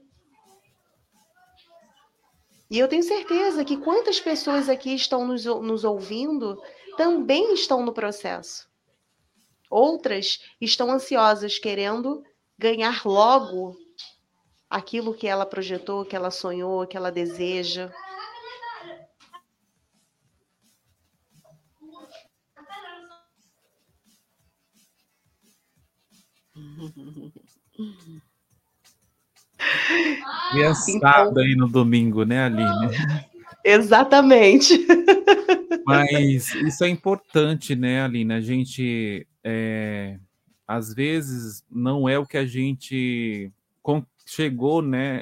E eu tenho certeza que quantas pessoas aqui estão nos ouvindo também estão no processo. Outras estão ansiosas, querendo ganhar logo aquilo que ela projetou, que ela sonhou, que ela deseja. Criançada então, aí no domingo, né, Aline? Exatamente. Mas isso é importante, né, Aline? A gente, às vezes, não é o que a gente chegou, né?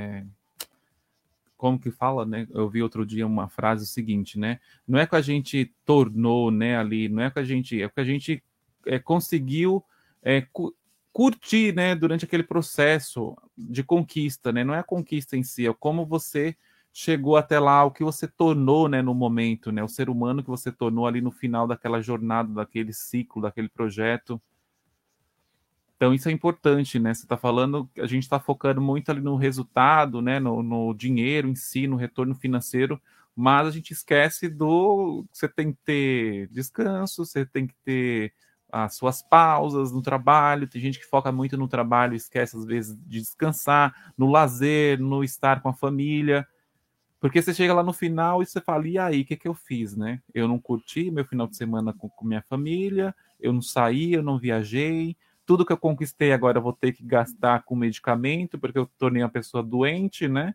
Como que fala, né? Eu vi outro dia uma frase seguinte, né? Não é que a gente tornou, né, ali, não é que a gente, é que a gente conseguiu curtir, né, durante aquele processo de conquista, né? Não é a conquista em si, é como você chegou até lá, o que você tornou, né, no momento, né? O ser humano que você tornou ali no final daquela jornada, daquele ciclo, daquele projeto. Então isso é importante, né? Você está falando, a gente está focando muito ali no resultado, né? No dinheiro em si, no retorno financeiro, mas a gente esquece você tem que ter descanso, você tem que ter as suas pausas no trabalho. Tem gente que foca muito no trabalho e esquece às vezes de descansar, no lazer, no estar com a família. Porque você chega lá no final e você fala, e aí, o que eu fiz, né? Eu não curti meu final de semana com minha família, eu não saí, eu não viajei, tudo que eu conquistei agora eu vou ter que gastar com medicamento, porque eu tornei uma pessoa doente, né?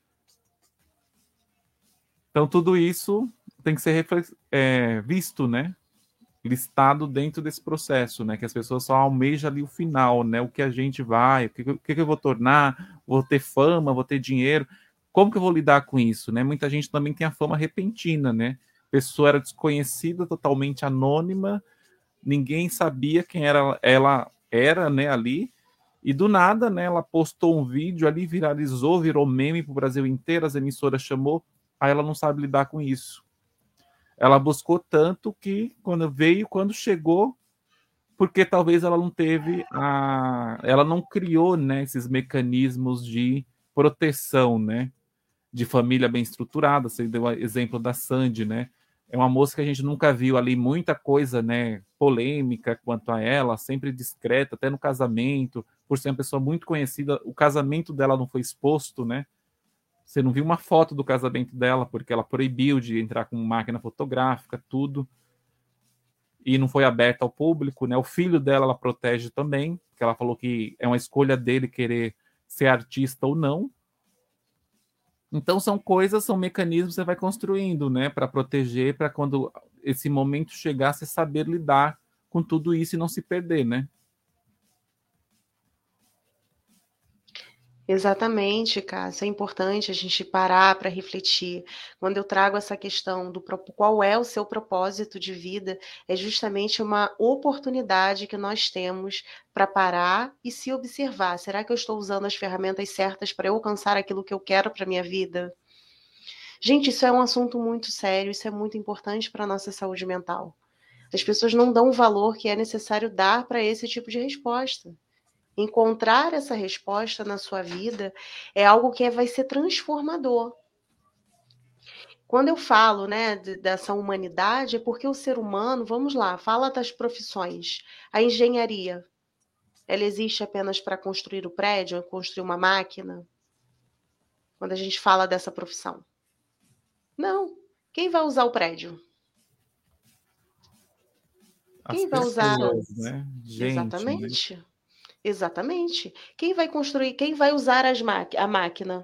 Então, tudo isso tem que ser visto, né? Listado dentro desse processo, né? Que as pessoas só almejam ali o final, né? O que a gente vai, o que eu vou tornar, vou ter fama, vou ter dinheiro. Como que eu vou lidar com isso, né? Muita gente também tem a fama repentina, né? A pessoa era desconhecida, totalmente anônima, ninguém sabia quem ela era, né, ali, e do nada, né, ela postou um vídeo ali, viralizou, virou meme pro Brasil inteiro, as emissoras chamou, aí ela não sabe lidar com isso. Ela buscou tanto que quando chegou, porque talvez ela não teve ela não criou, né, esses mecanismos de proteção, né? De família bem estruturada. Você deu o exemplo da Sandy, né? É uma moça que a gente nunca viu ali muita coisa, né, polêmica quanto a ela, sempre discreta, até no casamento, por ser uma pessoa muito conhecida, o casamento dela não foi exposto, né? Você não viu uma foto do casamento dela, porque ela proibiu de entrar com máquina fotográfica, tudo, e não foi aberta ao público, né? O filho dela ela protege também, porque ela falou que é uma escolha dele querer ser artista ou não. Então são mecanismos que você vai construindo, né, para proteger, para quando esse momento chegar, você saber lidar com tudo isso e não se perder, né? Exatamente, Cássio. É importante a gente parar para refletir. Quando eu trago essa questão do qual é o seu propósito de vida, é justamente uma oportunidade que nós temos para parar e se observar. Será que eu estou usando as ferramentas certas para eu alcançar aquilo que eu quero para minha vida? Gente, isso é um assunto muito sério, isso é muito importante para a nossa saúde mental. As pessoas não dão o valor que é necessário dar para esse tipo de resposta. Encontrar essa resposta na sua vida é algo que vai ser transformador. Quando eu falo, né, dessa humanidade, é porque o ser humano, vamos lá, fala das profissões. A engenharia, ela existe apenas para construir o prédio, construir uma máquina? Quando a gente fala dessa profissão. Não. Quem vai usar o prédio? Quem vai usar? Né? Gente, exatamente. Né? Exatamente. Quem vai construir? Quem vai usar a máquina?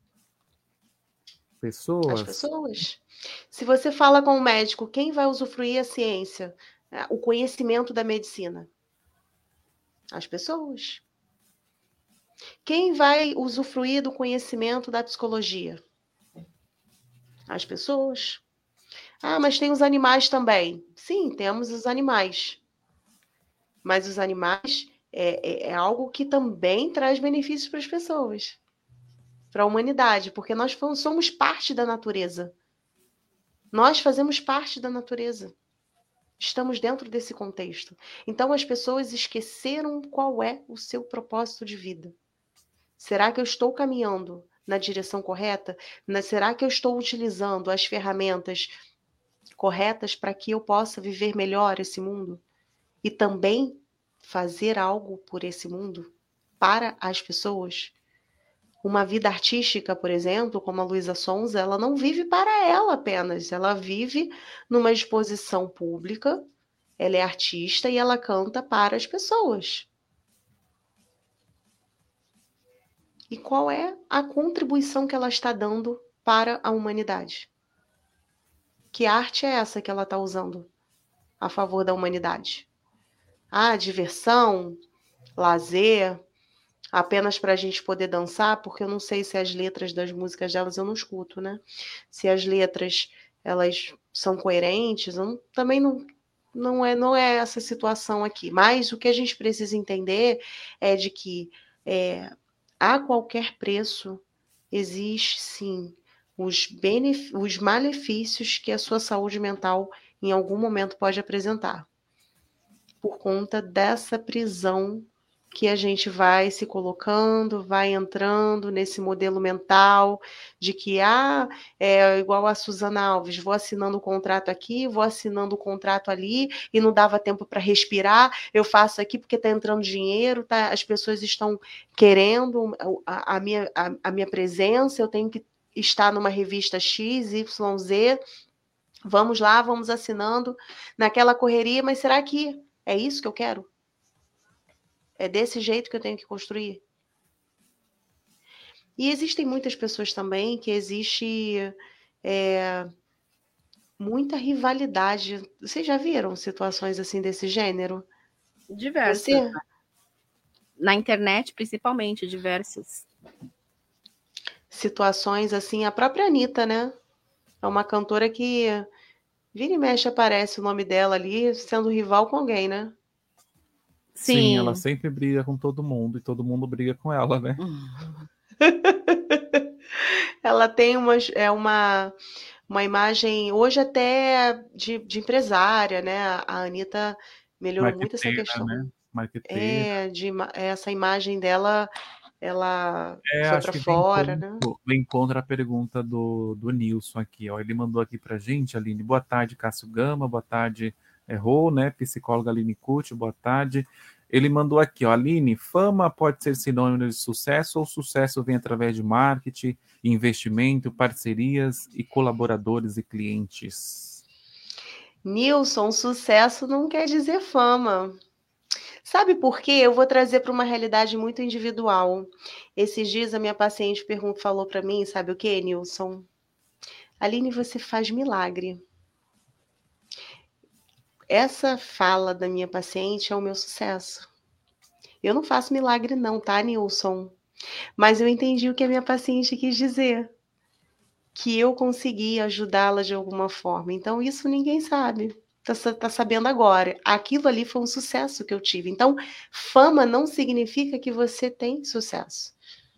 Pessoas. As pessoas. Se você fala com um médico, quem vai usufruir a ciência, o conhecimento da medicina? As pessoas. Quem vai usufruir do conhecimento da psicologia? As pessoas. Ah, mas tem os animais também. Sim, temos os animais. Mas os animais é algo que também traz benefícios para as pessoas, para a humanidade, porque nós somos parte da natureza. Nós fazemos parte da natureza. Estamos dentro desse contexto. Então as pessoas esqueceram qual é o seu propósito de vida. Será que eu estou caminhando na direção correta? Será que eu estou utilizando as ferramentas corretas para que eu possa viver melhor esse mundo? E também fazer algo por esse mundo, para as pessoas? Uma vida artística, por exemplo, como a Luísa Sonza, ela não vive para ela apenas, ela vive numa exposição pública, ela é artista e ela canta para as pessoas. E qual é a contribuição que ela está dando para a humanidade? Que arte é essa que ela está usando a favor da humanidade? Diversão, lazer, apenas para a gente poder dançar, porque eu não sei se as letras das músicas delas eu não escuto, né? Se as letras elas são coerentes, também não é essa situação aqui. Mas o que a gente precisa entender é de que a qualquer preço existe sim os malefícios que a sua saúde mental em algum momento pode apresentar, por conta dessa prisão que a gente vai se colocando, vai entrando nesse modelo mental de que é igual a Suzana Alves, vou assinando o contrato aqui, vou assinando o contrato ali, e não dava tempo para respirar, eu faço aqui porque está entrando dinheiro, as pessoas estão querendo a minha presença, eu tenho que estar numa revista X, Y, Z, vamos lá, vamos assinando naquela correria, mas será que é isso que eu quero? É desse jeito que eu tenho que construir? E existem muitas pessoas também que existe muita rivalidade. Vocês já viram situações assim desse gênero? Diversas. Você? Na internet, principalmente, diversas. Situações assim, a própria Anitta, né? É uma cantora que vira e mexe aparece o nome dela ali, sendo rival com alguém, né? Sim, ela sempre briga com todo mundo e todo mundo briga com ela, né? Ela tem uma imagem, hoje até de empresária, né? A Anitta melhorou muito essa questão. Né? Marqueteira. Essa imagem dela, ela foi para fora, né? Vem contra a pergunta do Nilson aqui, ó. Ele mandou aqui pra gente, Aline. Boa tarde, Cássio Gama. Boa tarde, Rô, né? Psicóloga Aline Cucci, boa tarde. Ele mandou aqui, ó, Aline, fama pode ser sinônimo de sucesso ou sucesso vem através de marketing, investimento, parcerias e colaboradores e clientes? Nilson, sucesso não quer dizer fama. Sabe por quê? Eu vou trazer para uma realidade muito individual. Esses dias a minha paciente falou para mim, sabe o quê, Nilson? Aline, você faz milagre. Essa fala da minha paciente é o meu sucesso. Eu não faço milagre não, tá, Nilson? Mas eu entendi o que a minha paciente quis dizer, que eu consegui ajudá-la de alguma forma. Então, isso ninguém sabe. Tá sabendo agora. Aquilo ali foi um sucesso que eu tive. Então, fama não significa que você tem sucesso.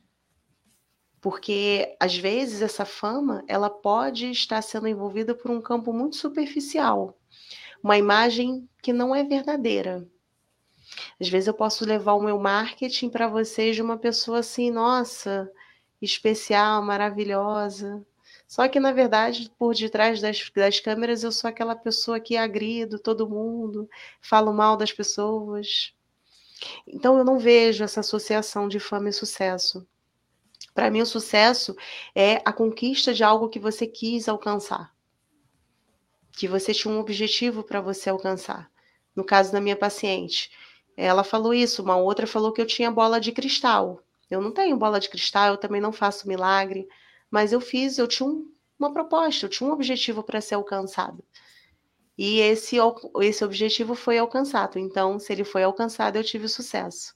Porque, às vezes, essa fama, ela pode estar sendo envolvida por um campo muito superficial. Uma imagem que não é verdadeira. Às vezes eu posso levar o meu marketing para vocês de uma pessoa assim, nossa, especial, maravilhosa. Só que, na verdade, por detrás das câmeras, eu sou aquela pessoa que agrido todo mundo, falo mal das pessoas. Então, eu não vejo essa associação de fama e sucesso. Para mim, o sucesso é a conquista de algo que você quis alcançar. Que você tinha um objetivo para você alcançar. No caso da minha paciente, ela falou isso, uma outra falou que eu tinha bola de cristal. Eu não tenho bola de cristal, eu também não faço milagre, mas eu tinha uma proposta, eu tinha um objetivo para ser alcançado. E esse objetivo foi alcançado. Então, se ele foi alcançado, eu tive sucesso.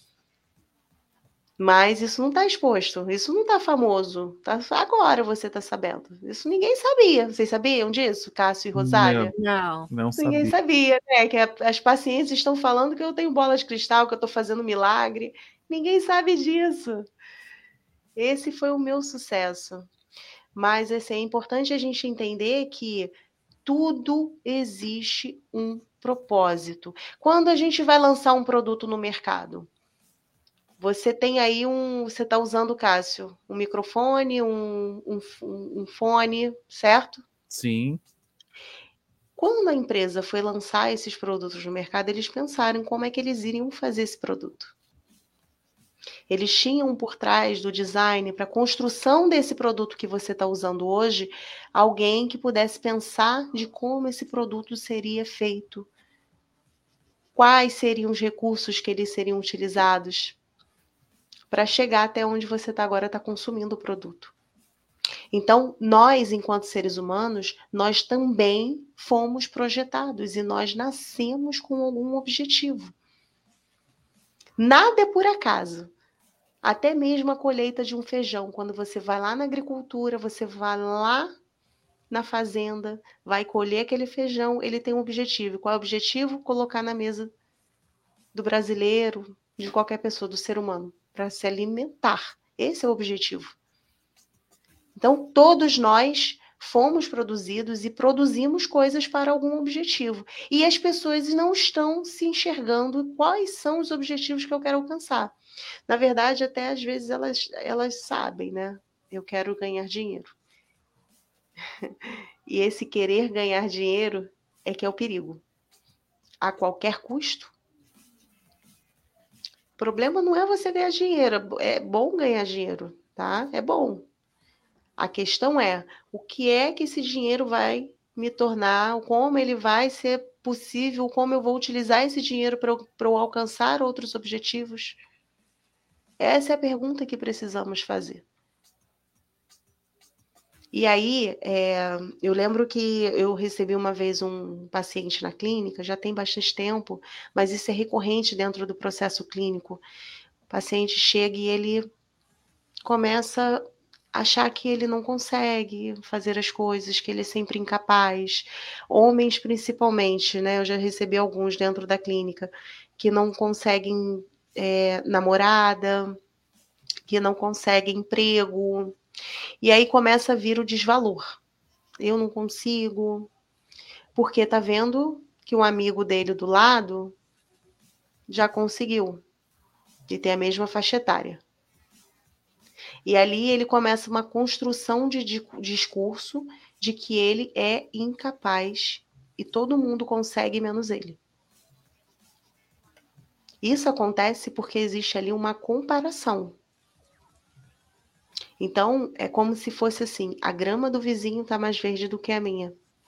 Mas isso não está exposto, isso não está famoso. Agora você está sabendo. Isso ninguém sabia. Vocês sabiam disso, Cássio e Rosália? Não Ninguém sabia, né? Que as pacientes estão falando que eu tenho bola de cristal, que eu estou fazendo milagre. Ninguém sabe disso. Esse foi o meu sucesso. Mas assim, é importante a gente entender que tudo existe um propósito. Quando a gente vai lançar um produto no mercado, você tem aí você está usando, Cássio, um microfone, um fone, certo? Sim. Quando a empresa foi lançar esses produtos no mercado, eles pensaram em como é que eles iriam fazer esse produto. Eles tinham por trás do design, para a construção desse produto que você está usando hoje, alguém que pudesse pensar de como esse produto seria feito. Quais seriam os recursos que eles seriam utilizados para chegar até onde você agora está consumindo o produto. Então, nós, enquanto seres humanos, nós também fomos projetados e nós nascemos com algum objetivo. Nada é por acaso. Até mesmo a colheita de um feijão, quando você vai lá na agricultura, você vai lá na fazenda, vai colher aquele feijão, ele tem um objetivo. Qual é o objetivo? Colocar na mesa do brasileiro, de qualquer pessoa, do ser humano, para se alimentar. Esse é o objetivo. Então, todos nós fomos produzidos e produzimos coisas para algum objetivo. E as pessoas não estão se enxergando quais são os objetivos que eu quero alcançar. Na verdade, até às vezes elas sabem, né? Eu quero ganhar dinheiro. E esse querer ganhar dinheiro é que é o perigo. A qualquer custo. O problema não é você ganhar dinheiro. É bom ganhar dinheiro, tá? É bom. A questão é, o que é que esse dinheiro vai me tornar, como ele vai ser possível, como eu vou utilizar esse dinheiro para eu alcançar outros objetivos? Essa é a pergunta que precisamos fazer. E aí, eu lembro que eu recebi uma vez um paciente na clínica, já tem bastante tempo, mas isso é recorrente dentro do processo clínico. O paciente chega e ele começa a achar que ele não consegue fazer as coisas, que ele é sempre incapaz. Homens, principalmente, né? Eu já recebi alguns dentro da clínica que não conseguem namorada, que não conseguem emprego. E aí começa a vir o desvalor. Eu não consigo, porque tá vendo que um amigo dele do lado já conseguiu e tem a mesma faixa etária. E ali ele começa uma construção de discurso de que ele é incapaz e todo mundo consegue menos ele. Isso acontece porque existe ali uma comparação. Então, é como se fosse assim, a grama do vizinho está mais verde do que a minha.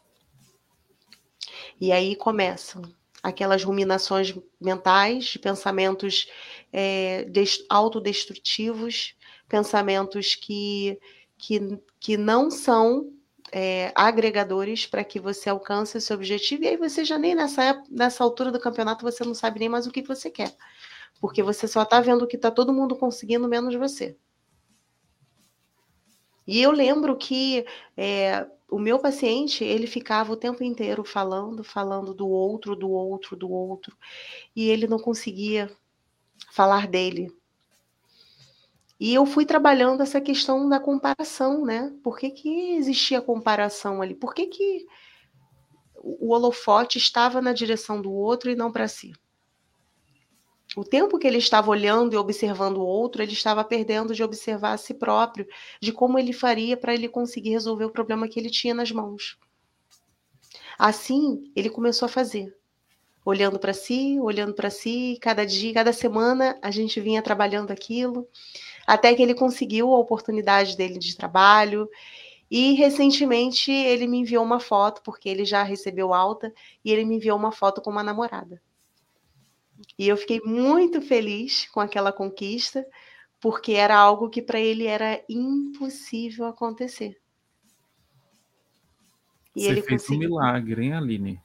E aí começam aquelas ruminações mentais, de pensamentos autodestrutivos, pensamentos que não são agregadores para que você alcance esse objetivo, e aí você já nem nessa altura do campeonato, você não sabe nem mais o que você quer. porque você só está vendo o que está todo mundo conseguindo, menos você. E eu lembro que o meu paciente, ele ficava o tempo inteiro falando do outro, e ele não conseguia falar dele. E eu fui trabalhando essa questão da comparação, né? Por que existia comparação ali? Por que o holofote estava na direção do outro e não para si? O tempo que ele estava olhando e observando o outro, ele estava perdendo de observar a si próprio, de como ele faria para ele conseguir resolver o problema que ele tinha nas mãos. Assim, ele começou a fazer, olhando para si, cada dia, cada semana, a gente vinha trabalhando aquilo, até que ele conseguiu a oportunidade dele de trabalho. E recentemente ele me enviou uma foto, porque ele já recebeu alta, e ele me enviou uma foto com uma namorada. E eu fiquei muito feliz com aquela conquista, porque era algo que para ele era impossível acontecer. E você ele fez conseguiu. Um milagre, hein, Aline?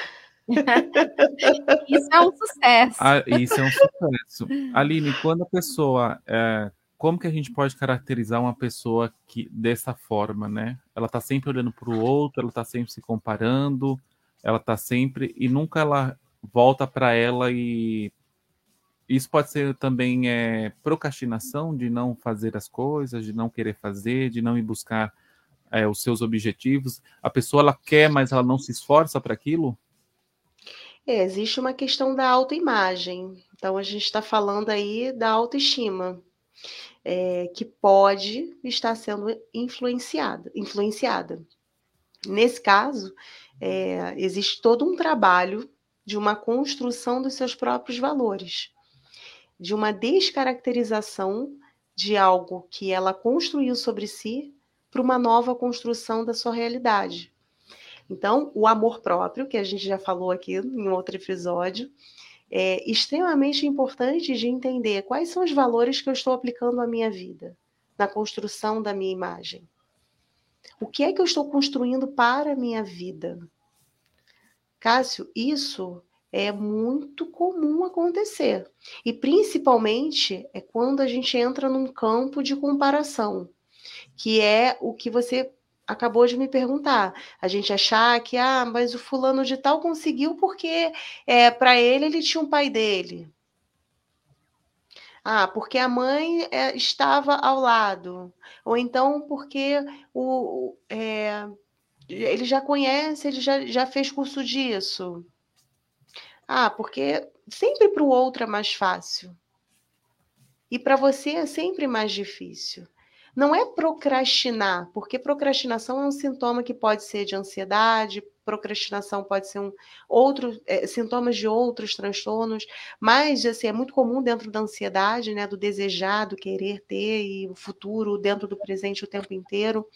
Isso é um sucesso. Isso é um sucesso. Aline, quando a pessoa... como que a gente pode caracterizar uma pessoa dessa forma, né? Ela está sempre olhando para o outro, ela está sempre se comparando, ela está sempre... E nunca ela volta para ela e... Isso pode ser também procrastinação, de não fazer as coisas, de não querer fazer, de não ir buscar os seus objetivos. A pessoa, ela quer, mas ela não se esforça para aquilo? Existe uma questão da autoimagem. Então, a gente está falando aí da autoestima. Que pode estar sendo influenciada. Nesse caso, existe todo um trabalho de uma construção dos seus próprios valores, de uma descaracterização de algo que ela construiu sobre si para uma nova construção da sua realidade. Então, o amor próprio, que a gente já falou aqui em outro episódio, é extremamente importante de entender quais são os valores que eu estou aplicando à minha vida, na construção da minha imagem. O que é que eu estou construindo para a minha vida? Cássio, isso é muito comum acontecer. E principalmente é quando a gente entra num campo de comparação, que é o que você acabou de me perguntar. A gente achar que, mas o fulano de tal conseguiu porque para ele tinha um pai dele. Porque a mãe estava ao lado. Ou então porque ele já conhece, ele já fez curso disso. Porque sempre para o outro é mais fácil. E para você é sempre mais difícil. Não é procrastinar, porque procrastinação é um sintoma que pode ser de ansiedade, procrastinação pode ser sintomas de outros transtornos, mas assim, é muito comum dentro da ansiedade, né, do desejar, do querer ter e o futuro dentro do presente o tempo inteiro.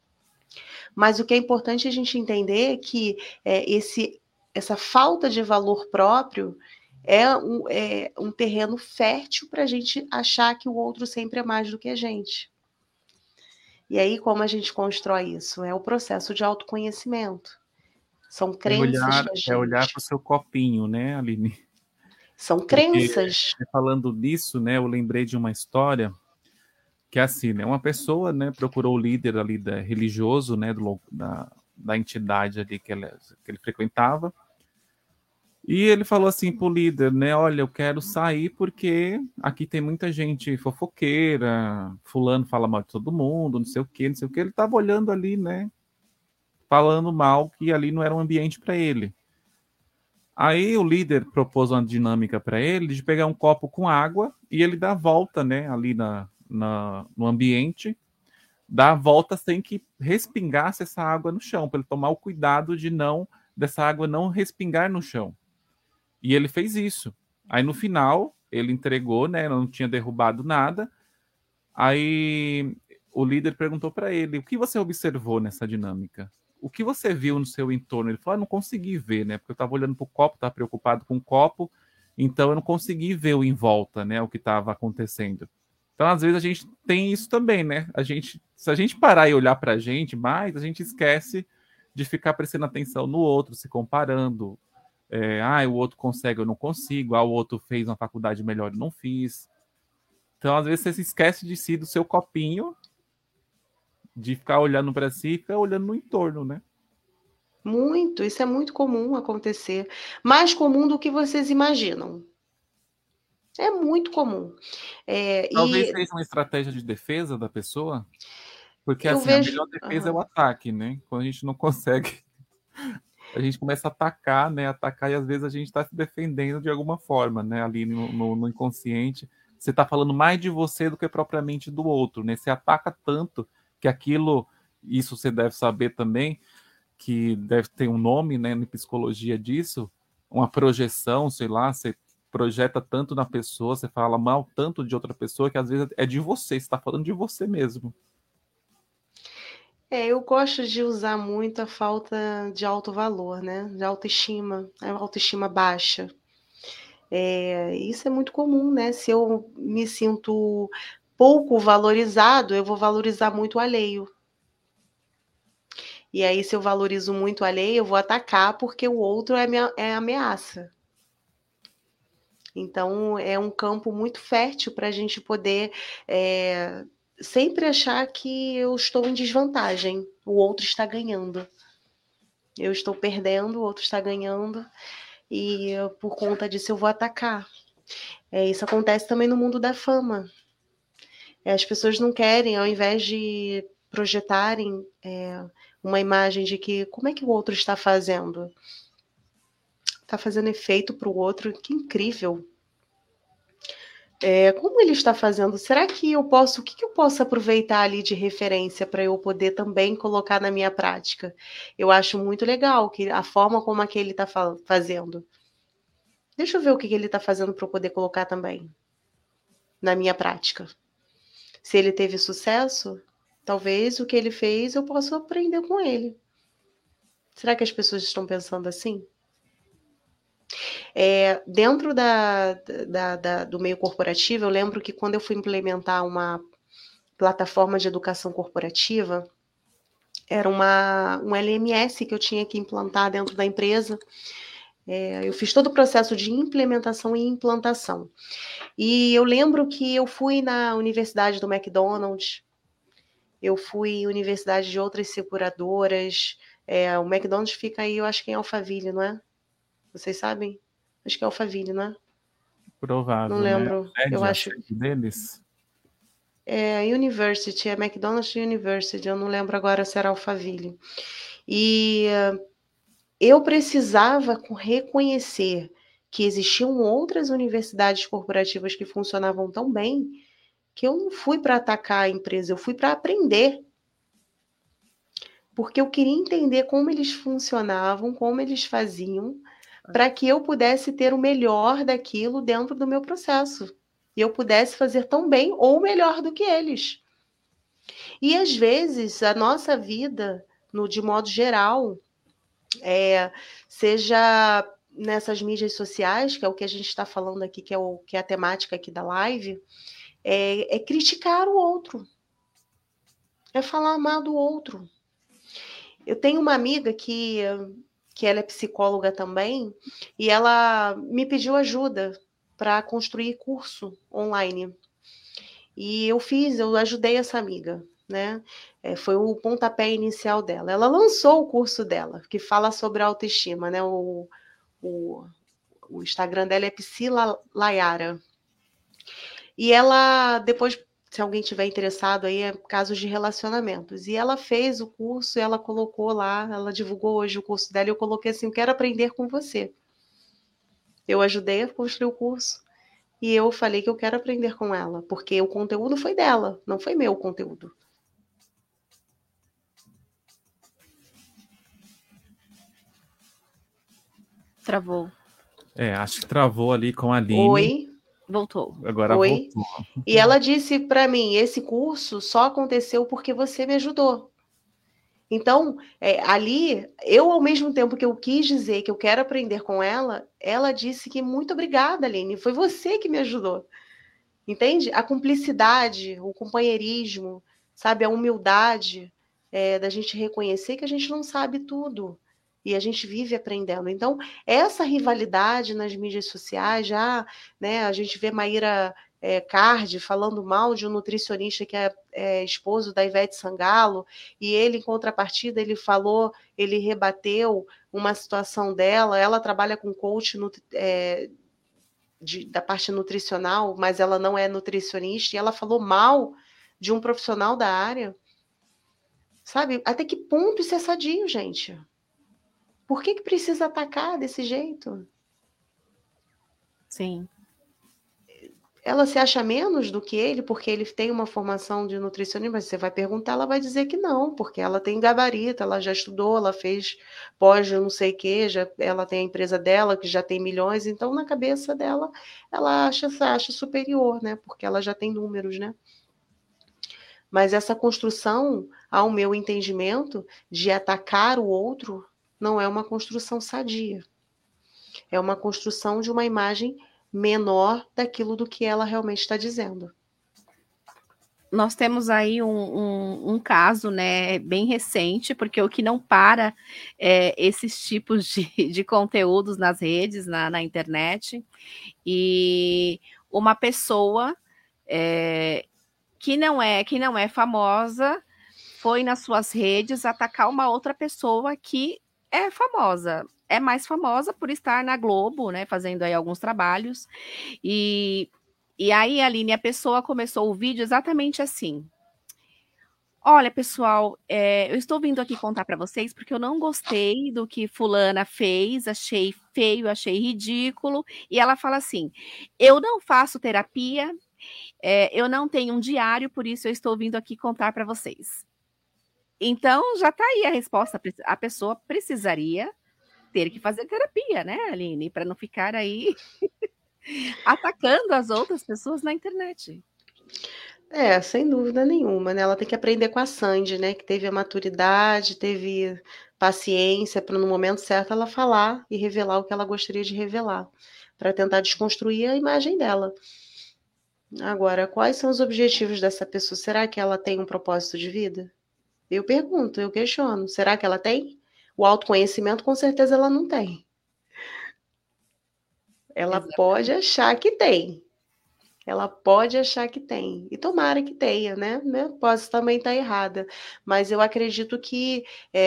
Mas o que é importante a gente entender é que essa falta de valor próprio é um terreno fértil para a gente achar que o outro sempre é mais do que a gente. E aí, como a gente constrói isso? É o processo de autoconhecimento. São crenças da gente. É olhar para o seu copinho, né, Aline? São crenças. Falando disso, né, eu lembrei de uma história que é assim, né, uma pessoa, né, procurou o líder ali religioso, né, da entidade ali que ele frequentava. E ele falou assim pro líder, né, olha, eu quero sair porque aqui tem muita gente fofoqueira, fulano fala mal de todo mundo, não sei o quê. Ele tava olhando ali, né, falando mal, que ali não era um ambiente para ele. Aí o líder propôs uma dinâmica para ele de pegar um copo com água e ele dar a volta, né, ali no ambiente, dar a volta sem que respingasse essa água no chão, para ele tomar o cuidado dessa água não respingar no chão. E ele fez isso. Aí no final, ele entregou, né? Não tinha derrubado nada. Aí o líder perguntou para ele, o que você observou nessa dinâmica? O que você viu no seu entorno? Ele falou, não consegui ver, né? Porque eu estava olhando para o copo, estava preocupado com o copo, então eu não consegui ver o em volta, né? O que estava acontecendo. Então, às vezes, a gente tem isso também, né? Se a gente parar e olhar para a gente mais, a gente esquece de ficar prestando atenção no outro, se comparando, o outro consegue, eu não consigo. O outro fez uma faculdade melhor, eu não fiz. Então, às vezes, você se esquece de si, do seu copinho, de ficar olhando para si e ficar olhando no entorno, né? Muito, isso é muito comum acontecer. Mais comum do que vocês imaginam. É muito comum. Talvez seja uma estratégia de defesa da pessoa, porque Eu assim, vejo... a melhor defesa é o ataque, né? Quando a gente não consegue, a gente começa a atacar, né? Atacar e às vezes a gente está se defendendo de alguma forma, né? Ali no inconsciente, você está falando mais de você do que propriamente do outro, né? Você ataca tanto que aquilo, isso você deve saber também, que deve ter um nome, né? Na psicologia disso, uma projeção, sei lá, você projeta tanto na pessoa, você fala mal tanto de outra pessoa que às vezes é de você está falando de você mesmo. Eu gosto de usar muito a falta de autovalor, né? De autoestima, a autoestima baixa. Isso é muito comum, né? Se eu me sinto pouco valorizado, eu vou valorizar muito o alheio. E aí, se eu valorizo muito o alheio, eu vou atacar porque o outro é ameaça. Então, é um campo muito fértil para a gente poder sempre achar que eu estou em desvantagem, o outro está ganhando. Eu estou perdendo, o outro está ganhando, e por conta disso eu vou atacar. Isso acontece também no mundo da fama. As pessoas não querem, ao invés de projetarem uma imagem de que como é que o outro está fazendo? Está fazendo efeito para o outro, que incrível. Como ele está fazendo? Será que o que eu posso aproveitar ali de referência para eu poder também colocar na minha prática? Eu acho muito legal a forma como aquele está fazendo. Deixa eu ver o que ele está fazendo para eu poder colocar também na minha prática. Se ele teve sucesso, talvez o que ele fez eu possa aprender com ele. Será que as pessoas estão pensando assim? Dentro do meio corporativo, eu lembro que quando eu fui implementar uma plataforma de educação corporativa, era um LMS que eu tinha que implantar dentro da empresa. Eu fiz todo o processo de implementação e implantação. E eu lembro que eu fui na universidade do McDonald's, eu fui em universidade de outras seguradoras. O McDonald's fica aí, eu acho que em Alphaville, não é? Vocês sabem? Acho que é Alphaville, não é? Provável, não lembro. Né? Eu acho deles. University, é McDonald's University, eu não lembro agora se era Alphaville. E eu precisava reconhecer que existiam outras universidades corporativas que funcionavam tão bem que eu não fui para atacar a empresa, eu fui para aprender. Porque eu queria entender como eles funcionavam, como eles faziam, para que eu pudesse ter o melhor daquilo dentro do meu processo. E eu pudesse fazer tão bem ou melhor do que eles. E, às vezes, a nossa vida, de modo geral, seja nessas mídias sociais, que é o que a gente está falando aqui, que é a temática aqui da live, é criticar o outro. É falar mal do outro. Eu tenho uma amiga que ela é psicóloga também, e ela me pediu ajuda para construir curso online. E eu ajudei essa amiga, né? Foi o pontapé inicial dela. Ela lançou o curso dela, que fala sobre autoestima, né? O Instagram dela é Psilayara. E ela, depois, se alguém tiver interessado aí, é casos de relacionamentos. E ela fez o curso, ela colocou lá, ela divulgou hoje o curso dela, e eu coloquei assim, quero aprender com você. Eu ajudei a construir o curso, e eu falei que eu quero aprender com ela, porque o conteúdo foi dela, não foi meu conteúdo. Travou. Acho que travou ali com a Aline. Oi. Voltou. Agora Oi. voltou. E ela disse para mim, esse curso só aconteceu porque você me ajudou. Então, ali, eu ao mesmo tempo que eu quis dizer que eu quero aprender com ela, ela disse que muito obrigada, Aline, foi você que me ajudou. Entende? A cumplicidade, o companheirismo, sabe, a humildade da gente reconhecer que a gente não sabe tudo. E a gente vive aprendendo. Então, essa rivalidade nas mídias sociais, já, né, a gente vê Maíra Cardi falando mal de um nutricionista que é esposo da Ivete Sangalo, e ele, em contrapartida, ele rebateu uma situação dela. Ela trabalha com coach da parte nutricional, mas ela não é nutricionista, e ela falou mal de um profissional da área. Sabe? Até que ponto isso é sadio, gente? Por que precisa atacar desse jeito? Sim. Ela se acha menos do que ele porque ele tem uma formação de nutricionista, mas você vai perguntar, ela vai dizer que não, porque ela tem gabarito, ela já estudou, ela fez pós não sei o quê, ela tem a empresa dela que já tem milhões, então na cabeça dela ela acha superior, né? Porque ela já tem números, né? Mas essa construção, ao meu entendimento, de atacar o outro, não é uma construção sadia. É uma construção de uma imagem menor daquilo do que ela realmente está dizendo. Nós temos aí um caso, né, bem recente, porque o que não para esses tipos de conteúdos nas redes, na internet, e uma pessoa que não é famosa foi nas suas redes atacar uma outra pessoa que é famosa. É mais famosa por estar na Globo, né, fazendo aí alguns trabalhos. E aí, Aline, a pessoa começou o vídeo exatamente assim. Olha, pessoal, eu estou vindo aqui contar para vocês porque eu não gostei do que fulana fez, achei feio, achei ridículo. E ela fala assim, eu não faço terapia, eu não tenho um diário, por isso eu estou vindo aqui contar para vocês. Então, já está aí a resposta. A pessoa precisaria ter que fazer terapia, né, Aline? Para não ficar aí atacando as outras pessoas na internet. Sem dúvida nenhuma, né? Ela tem que aprender com a Sandy, né? Que teve a maturidade, teve paciência para no momento certo ela falar e revelar o que ela gostaria de revelar, para tentar desconstruir a imagem dela. Agora, quais são os objetivos dessa pessoa? Será que ela tem um propósito de vida? Eu pergunto, eu questiono. Será que ela tem? O autoconhecimento, com certeza, ela não tem. Ela pode achar que tem. Ela pode achar que tem. E tomara que tenha, né? Posso também estar errada. Mas eu acredito que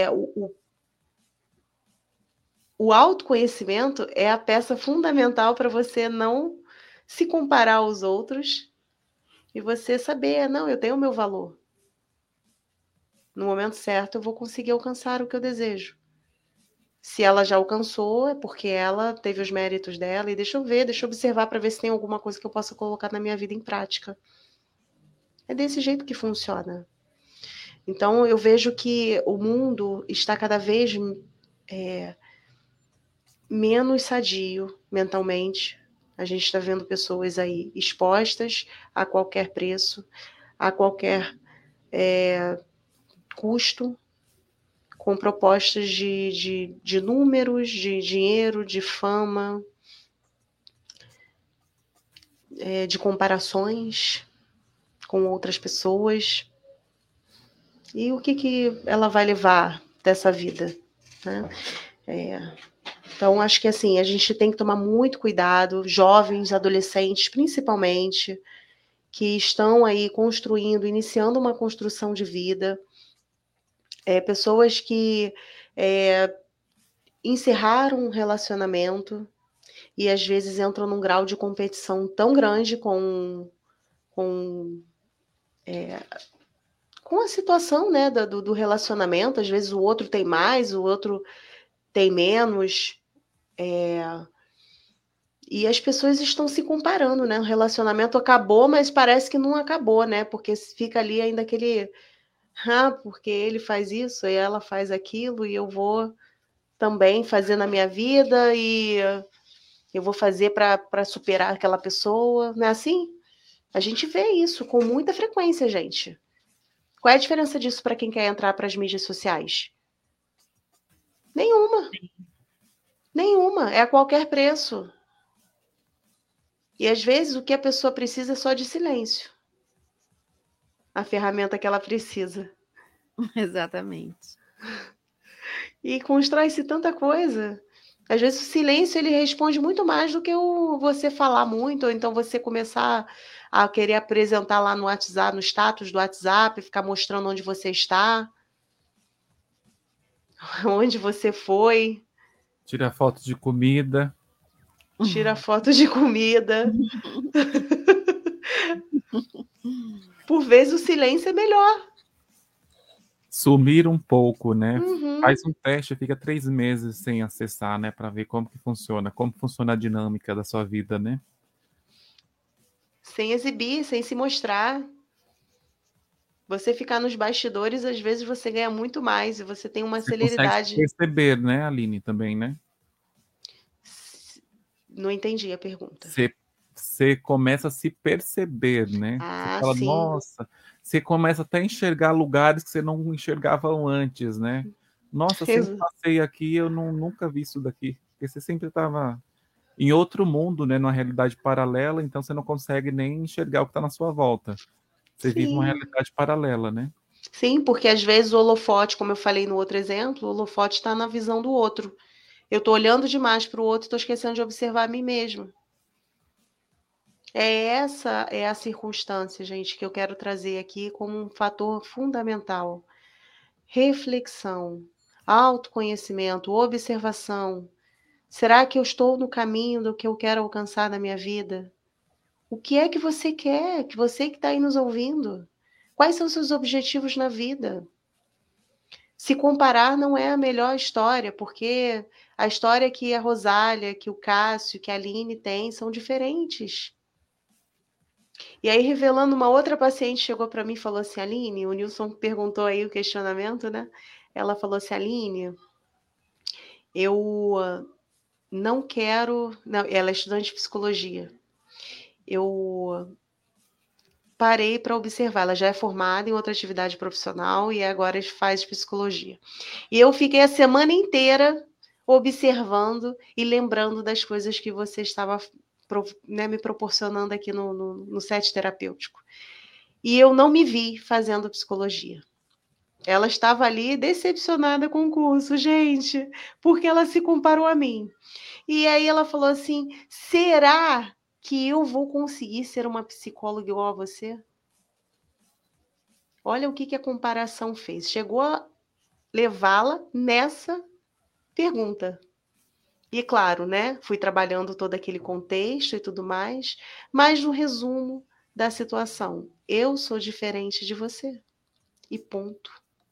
o autoconhecimento é a peça fundamental para você não se comparar aos outros e você saber, não, eu tenho o meu valor. No momento certo, eu vou conseguir alcançar o que eu desejo. Se ela já alcançou, é porque ela teve os méritos dela. E deixa eu observar para ver se tem alguma coisa que eu possa colocar na minha vida em prática. É desse jeito que funciona. Então, eu vejo que o mundo está cada vez menos sadio mentalmente. A gente está vendo pessoas aí expostas a qualquer preço, a qualquer custo, com propostas de números, de dinheiro, de fama, de comparações com outras pessoas. E o que ela vai levar dessa vida, né? Então, acho que assim, a gente tem que tomar muito cuidado, jovens, adolescentes, principalmente, que estão aí iniciando uma construção de vida, pessoas que encerraram um relacionamento e às vezes entram num grau de competição tão grande com a situação, né, do relacionamento. Às vezes o outro tem mais, o outro tem menos, e as pessoas estão se comparando, né? O relacionamento acabou, mas parece que não acabou, né? Porque fica ali ainda aquele... porque ele faz isso e ela faz aquilo, e eu vou também fazer na minha vida, e eu vou fazer para superar aquela pessoa. Não é assim? A gente vê isso com muita frequência, gente. Qual é a diferença disso para quem quer entrar para as mídias sociais? Nenhuma. Nenhuma. É a qualquer preço. E às vezes o que a pessoa precisa é só de silêncio. A ferramenta que ela precisa. Exatamente. E constrói-se tanta coisa. Às vezes o silêncio ele responde muito mais do que você falar muito, ou então você começar a querer apresentar lá no WhatsApp, no status do WhatsApp, ficar mostrando onde você está, onde você foi. Tira foto de comida. Tira foto de comida. Por vezes o silêncio é melhor. Sumir um pouco, né? Uhum. Faz um teste, fica 3 meses sem acessar, né? Para ver como funciona a dinâmica da sua vida, né? Sem exibir, sem se mostrar. Você ficar nos bastidores, às vezes você ganha muito mais e você tem uma celeridade. Consegue perceber, né, Aline, também, né? Não entendi a pergunta. Você começa a se perceber, né? Você fala, sim. nossa, você começa até a enxergar lugares que você não enxergava antes, né? Nossa, eu sempre passei aqui, eu nunca vi isso daqui. Porque você sempre estava em outro mundo, né? Numa realidade paralela, então você não consegue nem enxergar o que está na sua volta. Você vive uma realidade paralela, né? Sim, porque às vezes o holofote, como eu falei no outro exemplo, o holofote está na visão do outro. Eu estou olhando demais para o outro e estou esquecendo de observar a mim mesma. Essa é a circunstância, gente, que eu quero trazer aqui como um fator fundamental. Reflexão, autoconhecimento, observação. Será que eu estou no caminho do que eu quero alcançar na minha vida? O que é que você quer? Que você que está aí nos ouvindo? Quais são seus objetivos na vida? Se comparar não é a melhor história, porque a história que a Rosália, que o Cássio, que a Aline tem são diferentes. E aí, revelando, uma outra paciente chegou para mim e falou assim, Aline, o Nilson perguntou aí o questionamento, né? Ela falou assim, Aline, eu não quero... Não, ela é estudante de psicologia. Eu parei para observar, ela já é formada em outra atividade profissional e agora faz psicologia. E eu fiquei a semana inteira observando e lembrando das coisas que você estava me proporcionando aqui no set terapêutico. E eu não me vi fazendo psicologia. Ela estava ali decepcionada com o curso, gente, porque ela se comparou a mim. E aí ela falou assim, será que eu vou conseguir ser uma psicóloga igual a você? Olha o que a comparação fez. Chegou a levá-la nessa pergunta. E claro, né, fui trabalhando todo aquele contexto e tudo mais, mas no resumo da situação, eu sou diferente de você. E ponto.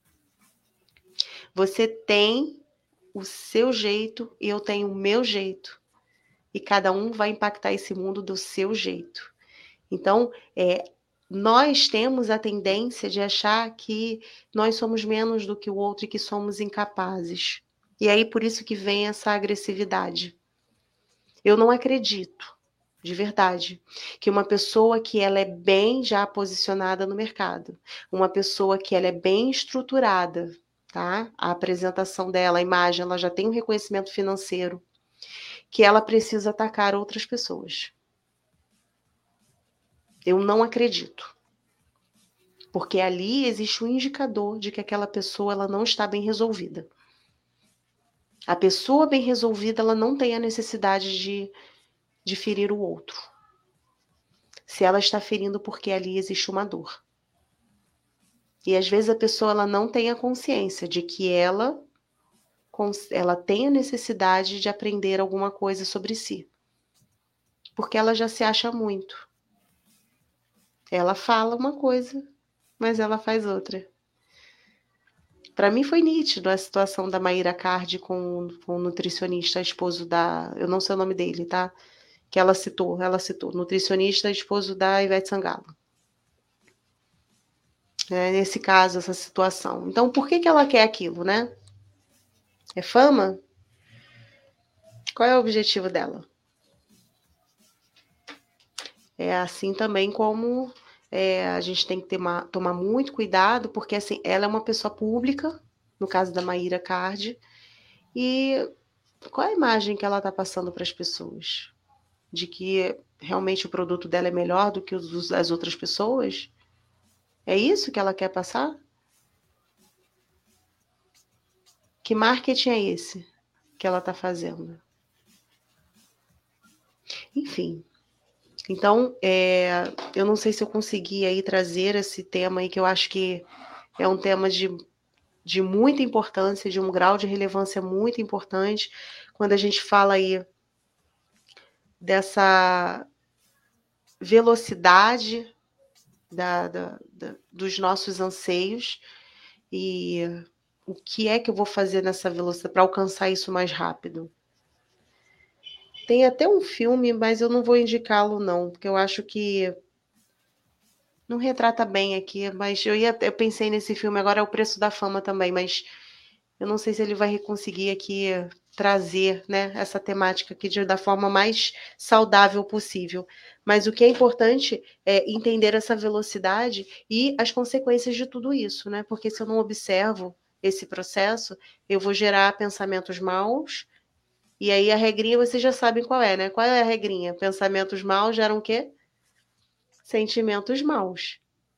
Você tem o seu jeito e eu tenho o meu jeito. E cada um vai impactar esse mundo do seu jeito. Então, nós temos a tendência de achar que nós somos menos do que o outro e que somos incapazes. E aí, por isso que vem essa agressividade. Eu não acredito, de verdade, que uma pessoa que ela é bem já posicionada no mercado, uma pessoa que ela é bem estruturada, tá? A apresentação dela, a imagem, ela já tem um reconhecimento financeiro, que ela precisa atacar outras pessoas. Eu não acredito. Porque ali existe um indicador de que aquela pessoa ela não está bem resolvida. A pessoa bem resolvida, ela não tem a necessidade de ferir o outro. Se ela está ferindo porque ali existe uma dor. E às vezes a pessoa ela não tem a consciência de que ela tem a necessidade de aprender alguma coisa sobre si. Porque ela já se acha muito. Ela fala uma coisa, mas ela faz outra. Para mim foi nítido a situação da Maíra Cardi com o nutricionista, esposo da... Eu não sei o nome dele, tá? Que ela citou. Nutricionista, esposo da Ivete Sangalo. Nesse caso, essa situação. Então, por que ela quer aquilo, né? É fama? Qual é o objetivo dela? É assim também como... a gente tem que tomar muito cuidado, porque assim, ela é uma pessoa pública, no caso da Maíra Cardi, e qual é a imagem que ela está passando para as pessoas? De que realmente o produto dela é melhor do que os das outras pessoas? É isso que ela quer passar? Que marketing é esse que ela está fazendo? Enfim. Então, eu não sei se eu consegui aí trazer esse tema aí, que eu acho que é um tema de muita importância, de um grau de relevância muito importante, quando a gente fala aí dessa velocidade dos nossos anseios e o que é que eu vou fazer nessa velocidade para alcançar isso mais rápido. Tem até um filme, mas eu não vou indicá-lo não, porque eu acho que não retrata bem aqui, mas eu pensei nesse filme, agora é O Preço da Fama também, mas eu não sei se ele vai conseguir aqui trazer, né, essa temática aqui da forma mais saudável possível. Mas o que é importante é entender essa velocidade e as consequências de tudo isso, né? Porque se eu não observo esse processo, eu vou gerar pensamentos maus, e aí a regrinha vocês já sabem qual é, né? Qual é a regrinha? Pensamentos maus geram o quê? Sentimentos maus.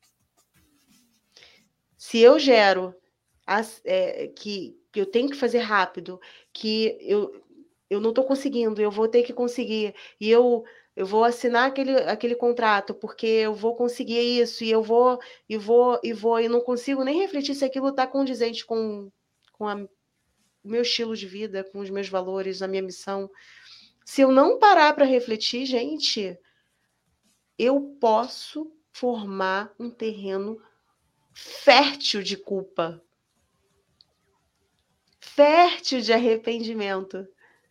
Se eu gero que eu tenho que fazer rápido, que eu não estou conseguindo, eu vou ter que conseguir, e eu vou assinar aquele contrato, porque eu vou conseguir isso, e eu vou, e não consigo nem refletir se aquilo está condizente com o meu estilo de vida, com os meus valores, a minha missão. Se eu não parar para refletir, gente, eu posso formar um terreno fértil de culpa, fértil de arrependimento,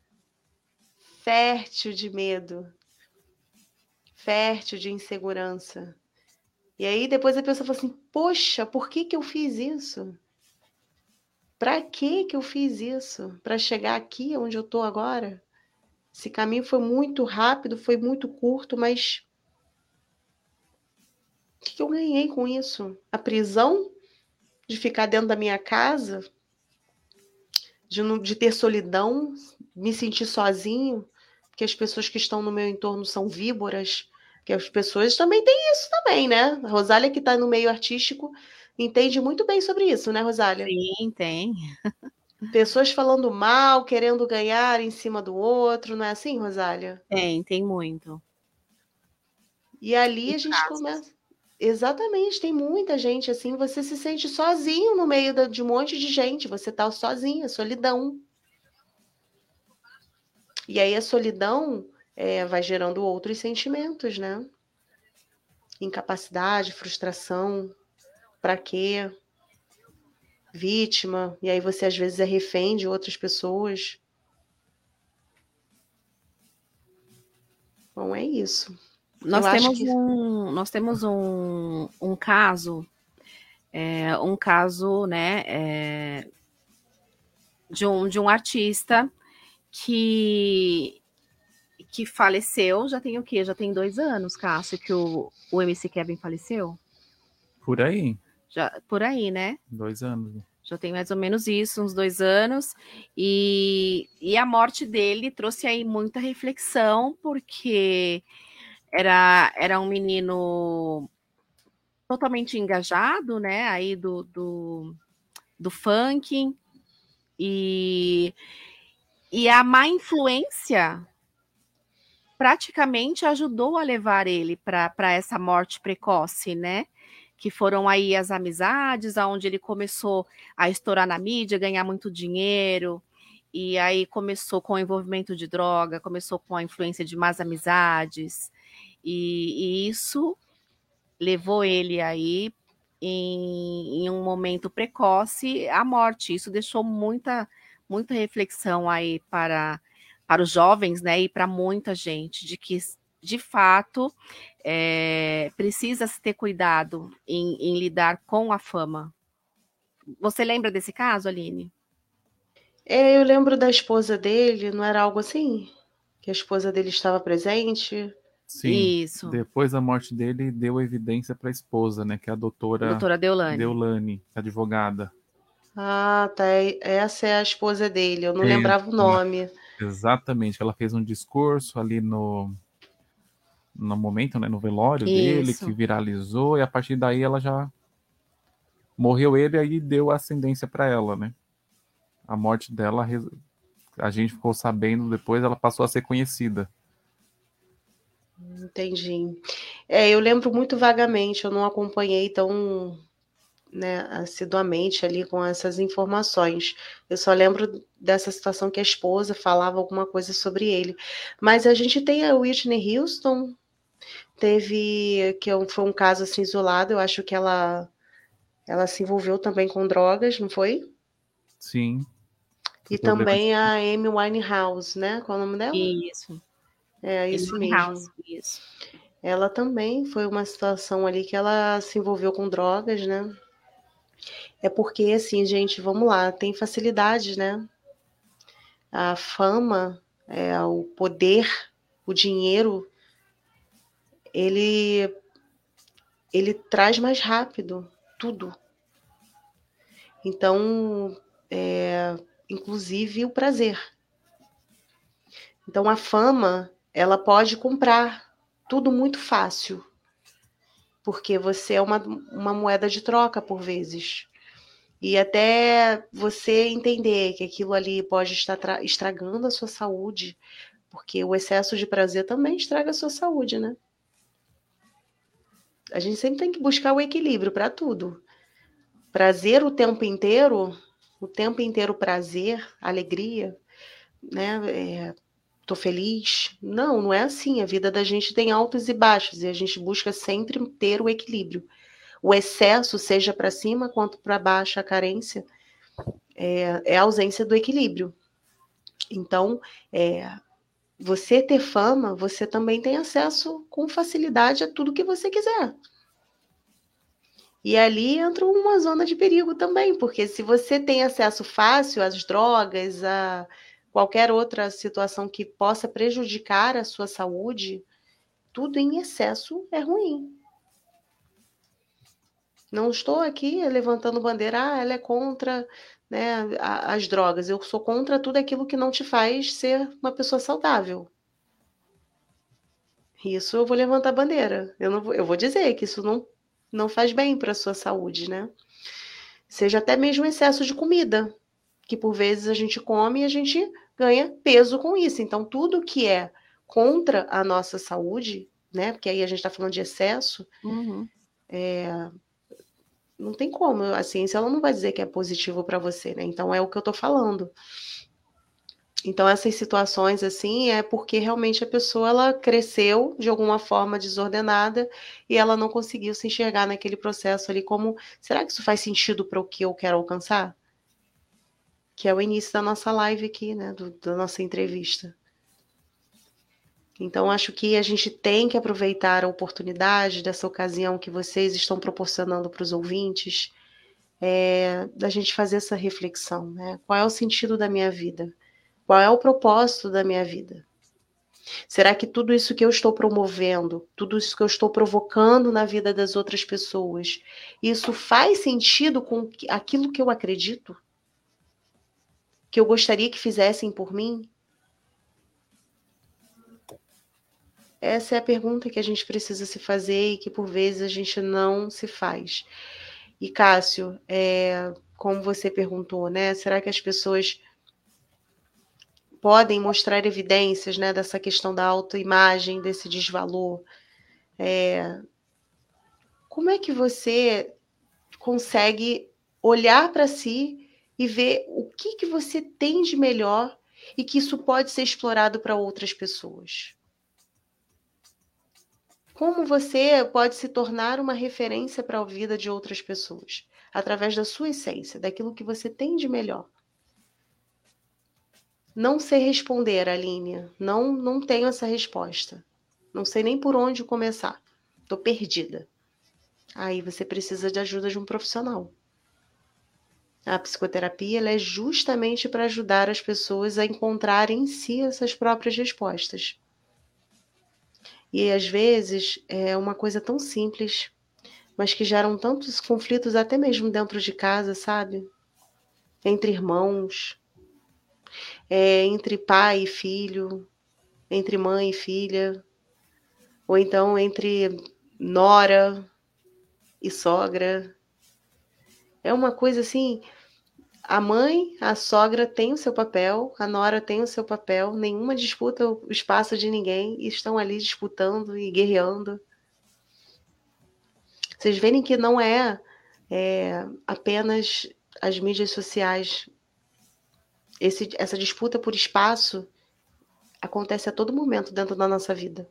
fértil de medo, fértil de insegurança. E aí depois a pessoa fala assim, poxa, por que eu fiz isso? Para que eu fiz isso? Para chegar aqui onde eu estou agora? Esse caminho foi muito rápido, foi muito curto, mas o que eu ganhei com isso? A prisão de ficar dentro da minha casa? De ter solidão, me sentir sozinho, porque as pessoas que estão no meu entorno são víboras, que as pessoas também têm isso também, né? A Rosália, que está no meio artístico, entende muito bem sobre isso, né, Rosália? Sim, tem. Pessoas falando mal, querendo ganhar em cima do outro, não é assim, Rosália? Tem muito. E ali a gente começa... Exatamente, tem muita gente assim, você se sente sozinho no meio de um monte de gente, você tá sozinha, solidão. E aí a solidão vai gerando outros sentimentos, né? Incapacidade, frustração, pra quê? Vítima, e aí você às vezes é refém de outras pessoas. Bom, é isso. Nós temos um caso, né, de um artista que faleceu, já tem o quê? Já tem 2 anos, Cássio, que o MC Kevin faleceu? Por aí. Por aí, né? 2 anos. Já tem mais ou menos isso, uns 2 anos. E a morte dele trouxe aí muita reflexão, porque era um menino totalmente engajado, né? Aí do funk. E a má influência praticamente ajudou a levar ele para essa morte precoce, né? Que foram aí as amizades, aonde ele começou a estourar na mídia, ganhar muito dinheiro, e aí começou com o envolvimento de droga, começou com a influência de más amizades, e isso levou ele aí, em um momento precoce, à morte. Isso deixou muita reflexão aí para os jovens, né, e para muita gente, de que, de fato, precisa se ter cuidado em lidar com a fama. Você lembra desse caso, Aline? Eu lembro da esposa dele, não era algo assim? Que a esposa dele estava presente? Sim. Isso. Depois da morte dele, deu evidência para a esposa, né? Que é a doutora Deolane, advogada. Ah, tá. Essa é a esposa dele. Eu não lembrava o nome. Exatamente. Ela fez um discurso ali no momento, né? No velório dele, que viralizou. E a partir daí ela já morreu ele, aí deu ascendência para ela, né? A morte dela, a gente ficou sabendo depois, ela passou a ser conhecida. Entendi. Eu lembro muito vagamente, eu não acompanhei tão, né, assiduamente ali com essas informações. Eu só lembro dessa situação que a esposa falava alguma coisa sobre ele. Mas a gente tem a Whitney Houston, foi um caso assim isolado, eu acho que ela se envolveu também com drogas, não foi? Sim. E também a Amy Winehouse, né? Qual é o nome dela? Isso. Esse Amy mesmo. House, isso. Ela também foi uma situação ali que ela se envolveu com drogas, né? É porque, assim, gente, vamos lá, tem facilidade, né? A fama, o poder, o dinheiro, ele traz mais rápido tudo. Então, inclusive o prazer. Então, a fama, ela pode comprar tudo muito fácil, porque você é uma moeda de troca por vezes. E até você entender que aquilo ali pode estar estragando a sua saúde, porque o excesso de prazer também estraga a sua saúde, né? A gente sempre tem que buscar o equilíbrio para tudo. Prazer o tempo inteiro prazer, alegria, né? Tô feliz. Não é assim. A vida da gente tem altos e baixos e a gente busca sempre ter o equilíbrio. O excesso, seja para cima quanto para baixo, a carência, é a ausência do equilíbrio. Então, você ter fama, você também tem acesso com facilidade a tudo que você quiser. E ali entra uma zona de perigo também, porque se você tem acesso fácil às drogas, a qualquer outra situação que possa prejudicar a sua saúde, tudo em excesso é ruim. Não estou aqui levantando bandeira, ela é contra, né, as drogas. Eu sou contra tudo aquilo que não te faz ser uma pessoa saudável. Isso eu vou levantar bandeira. Eu vou dizer que isso não faz bem para a sua saúde, né? Seja até mesmo excesso de comida, que por vezes a gente come e a gente ganha peso com isso. Então, tudo que é contra a nossa saúde, né? Porque aí a gente está falando de excesso, não tem como. A ciência ela não vai dizer que é positivo para você, né? Então, é o que eu estou falando. Então, essas situações, assim, é porque realmente a pessoa, ela cresceu de alguma forma desordenada e ela não conseguiu se enxergar naquele processo ali como, será que isso faz sentido para o que eu quero alcançar? Que é o início da nossa live aqui, né, da nossa entrevista. Então, acho que a gente tem que aproveitar a oportunidade dessa ocasião que vocês estão proporcionando para os ouvintes, da gente fazer essa reflexão, né? Qual é o sentido da minha vida? Qual é o propósito da minha vida? Será que tudo isso que eu estou promovendo, tudo isso que eu estou provocando na vida das outras pessoas, isso faz sentido com aquilo que eu acredito? Que eu gostaria que fizessem por mim? Essa é a pergunta que a gente precisa se fazer e que por vezes a gente não se faz. E Cássio, como você perguntou, né? Será que as pessoas podem mostrar evidências, né, dessa questão da autoimagem, desse desvalor? Como é que você consegue olhar para si e ver o que você tem de melhor e que isso pode ser explorado para outras pessoas? Como você pode se tornar uma referência para a vida de outras pessoas? Através da sua essência, daquilo que você tem de melhor. Não sei responder, Aline. Não tenho essa resposta. Não sei nem por onde começar. Estou perdida. Aí você precisa de ajuda de um profissional. A psicoterapia ela é justamente para ajudar as pessoas a encontrarem em si essas próprias respostas. E às vezes é uma coisa tão simples, mas que geram tantos conflitos até mesmo dentro de casa, sabe? Entre irmãos, entre pai e filho, entre mãe e filha, ou então entre nora e sogra. É uma coisa assim, A mãe, a sogra tem o seu papel, a nora tem o seu papel, nenhuma disputa o espaço de ninguém, e estão ali disputando e guerreando. Vocês verem que não é apenas as mídias sociais. Essa disputa por espaço acontece a todo momento dentro da nossa vida.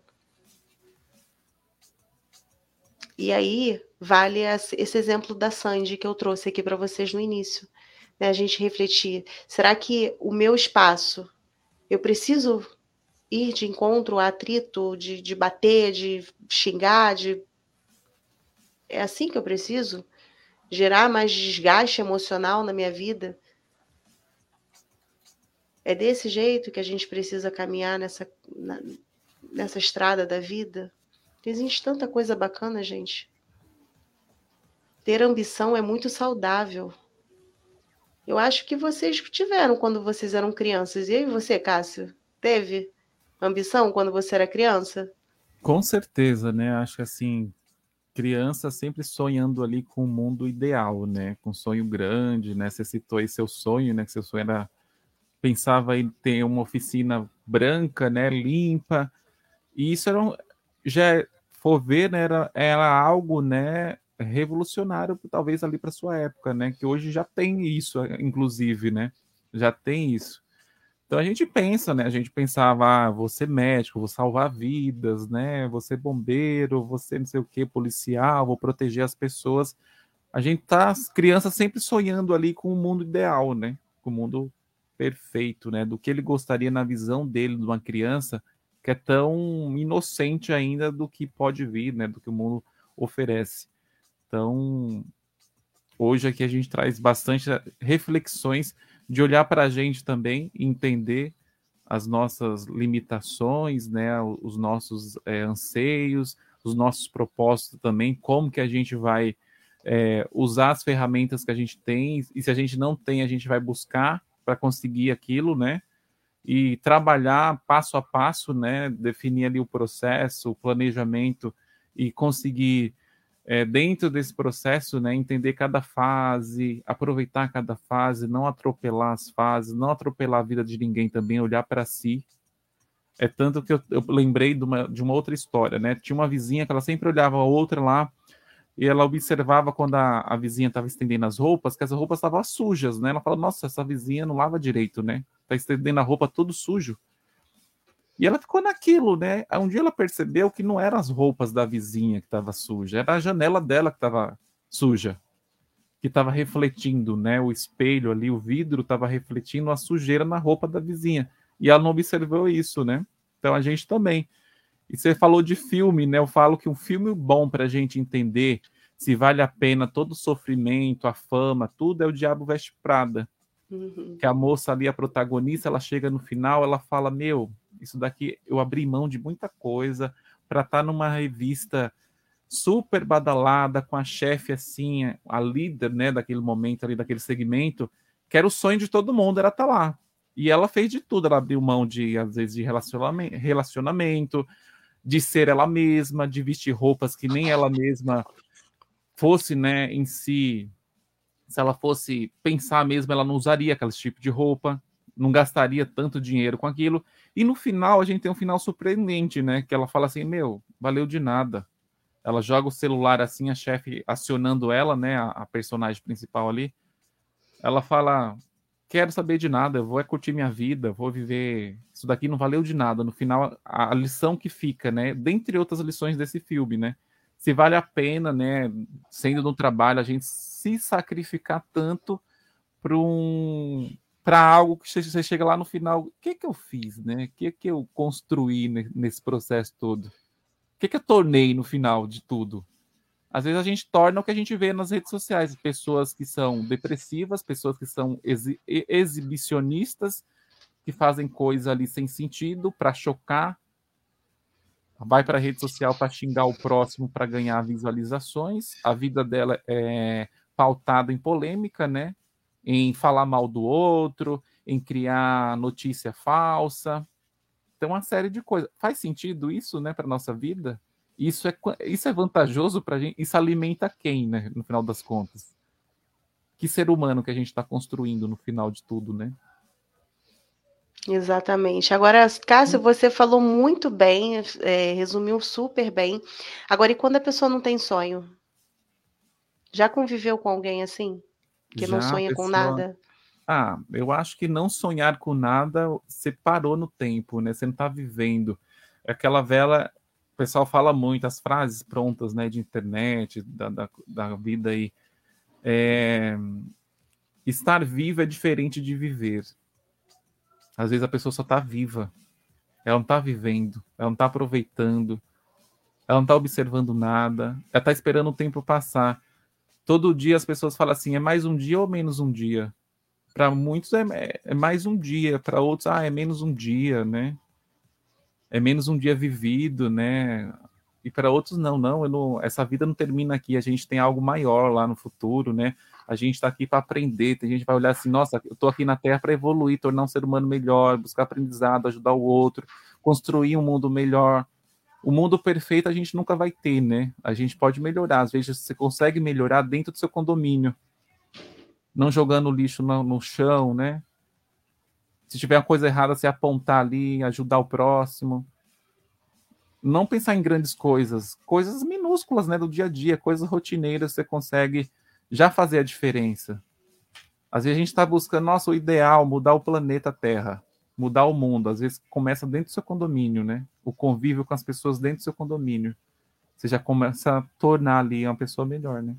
E aí, vale esse exemplo da Sandy que eu trouxe aqui para vocês no início. Né? A gente refletir, será que o meu espaço, eu preciso ir de encontro a atrito, de bater, de xingar, é assim que eu preciso? Gerar mais desgaste emocional na minha vida? É desse jeito que a gente precisa caminhar nessa estrada da vida? Existe tanta coisa bacana, gente. Ter ambição é muito saudável. Eu acho que vocês tiveram quando vocês eram crianças. E aí você, Cássio, teve ambição quando você era criança? Com certeza, né? Acho que assim, criança sempre sonhando ali com o mundo ideal, né? Com um sonho grande, né? Você citou aí seu sonho, né? Que seu sonho era... Pensava em ter uma oficina branca, né? Limpa. E isso era já for ver, né? Era algo, né? Revolucionário, talvez ali para sua época, né? Que hoje já tem isso, inclusive, né? Já tem isso. Então a gente pensa, né? A gente pensava, vou ser médico, vou salvar vidas, né? Vou ser bombeiro, vou ser não sei o que, policial, vou proteger as pessoas. A gente tá, as crianças sempre sonhando ali com o mundo ideal, né? Com o mundo perfeito, né? Do que ele gostaria na visão dele, de uma criança que é tão inocente ainda do que pode vir, né? Do que o mundo oferece. Então, hoje aqui a gente traz bastante reflexões de olhar para a gente também, entender as nossas limitações, né, os nossos anseios, os nossos propósitos também, como que a gente vai usar as ferramentas que a gente tem, e se a gente não tem, a gente vai buscar para conseguir aquilo, né, e trabalhar passo a passo, né, definir ali o processo, o planejamento e conseguir dentro desse processo, né, entender cada fase, aproveitar cada fase, não atropelar as fases, não atropelar a vida de ninguém também, olhar para si. É tanto que eu lembrei de uma outra história, né? Tinha uma vizinha que ela sempre olhava a outra lá e ela observava quando a vizinha estava estendendo as roupas, que as roupas estavam sujas, né? Ela fala, nossa, essa vizinha não lava direito, né? Tá estendendo a roupa todo sujo. E ela ficou naquilo, né? Um dia ela percebeu que não eram as roupas da vizinha que estava suja, era a janela dela que estava suja, que estava refletindo, né? O espelho ali, o vidro estava refletindo a sujeira na roupa da vizinha. E ela não observou isso, né? Então a gente também. E você falou de filme, né? Eu falo que um filme bom para a gente entender se vale a pena todo o sofrimento, a fama, tudo é O Diabo Veste Prada. Uhum. Que a moça ali, a protagonista, ela chega no final, ela fala, meu, isso daqui eu abri mão de muita coisa para estar numa revista super badalada, com a chefe assim, a líder, né, daquele momento ali, daquele segmento, que era o sonho de todo mundo, era estar lá. E ela fez de tudo, ela abriu mão de, às vezes, de relacionamento, de ser ela mesma, de vestir roupas que nem ela mesma fosse, né, em si. Se ela fosse pensar mesmo, ela não usaria aquele tipo de roupa, não gastaria tanto dinheiro com aquilo. E no final, a gente tem um final surpreendente, né? Que ela fala assim, meu, valeu de nada. Ela joga o celular assim, a chefe acionando ela, né? A personagem principal ali. Ela fala, quero saber de nada, eu vou curtir minha vida, vou viver... Isso daqui não valeu de nada. No final, a lição que fica, né? Dentre outras lições desse filme, né? Se vale a pena, né? Sendo no trabalho, a gente se sacrificar tanto para algo que você chega lá no final, o que eu fiz, né? O que eu construí nesse processo todo? O que eu tornei no final de tudo? Às vezes a gente torna o que a gente vê nas redes sociais, pessoas que são depressivas, pessoas que são exibicionistas, que fazem coisa ali sem sentido para chocar, vai para a rede social para xingar o próximo para ganhar visualizações. A vida dela é pautada em polêmica, né? Em falar mal do outro, em criar notícia falsa. Então, uma série de coisas. Faz sentido isso, né, para nossa vida? Isso é vantajoso para a gente? Isso alimenta quem, né, no final das contas? que ser humano que a gente está construindo no final de tudo, né? Exatamente. Agora, Cássio, você falou muito bem, resumiu super bem. Agora, e quando a pessoa não tem sonho? Já conviveu com alguém assim? Que não Já a sonha com pessoa... nada? Eu acho que não sonhar com nada, você parou no tempo, né? Você não está vivendo. Aquela vela, o pessoal fala muito, as frases prontas, né, de internet, da vida aí. Estar vivo é diferente de viver. Às vezes a pessoa só está viva. Ela não está vivendo, ela não está aproveitando, ela não está observando nada, ela está esperando o tempo passar. Todo dia as pessoas falam assim, é mais um dia ou menos um dia? Para muitos é mais um dia, para outros, é menos um dia, né? É menos um dia vivido, né? E para outros, não, essa vida não termina aqui, a gente tem algo maior lá no futuro, né? A gente está aqui para aprender, tem gente que vai olhar assim, nossa, eu estou aqui na Terra para evoluir, tornar um ser humano melhor, buscar aprendizado, ajudar o outro, construir um mundo melhor. O mundo perfeito a gente nunca vai ter, né? A gente pode melhorar, às vezes você consegue melhorar dentro do seu condomínio, não jogando lixo no chão, né? Se tiver uma coisa errada, você apontar ali, ajudar o próximo. Não pensar em grandes coisas minúsculas, né, do dia a dia, coisas rotineiras, você consegue já fazer a diferença. Às vezes a gente está buscando, nossa, o ideal, mudar o planeta Terra, mudar o mundo. Às vezes começa dentro do seu condomínio, né? O convívio com as pessoas dentro do seu condomínio. Você já começa a tornar ali uma pessoa melhor, né?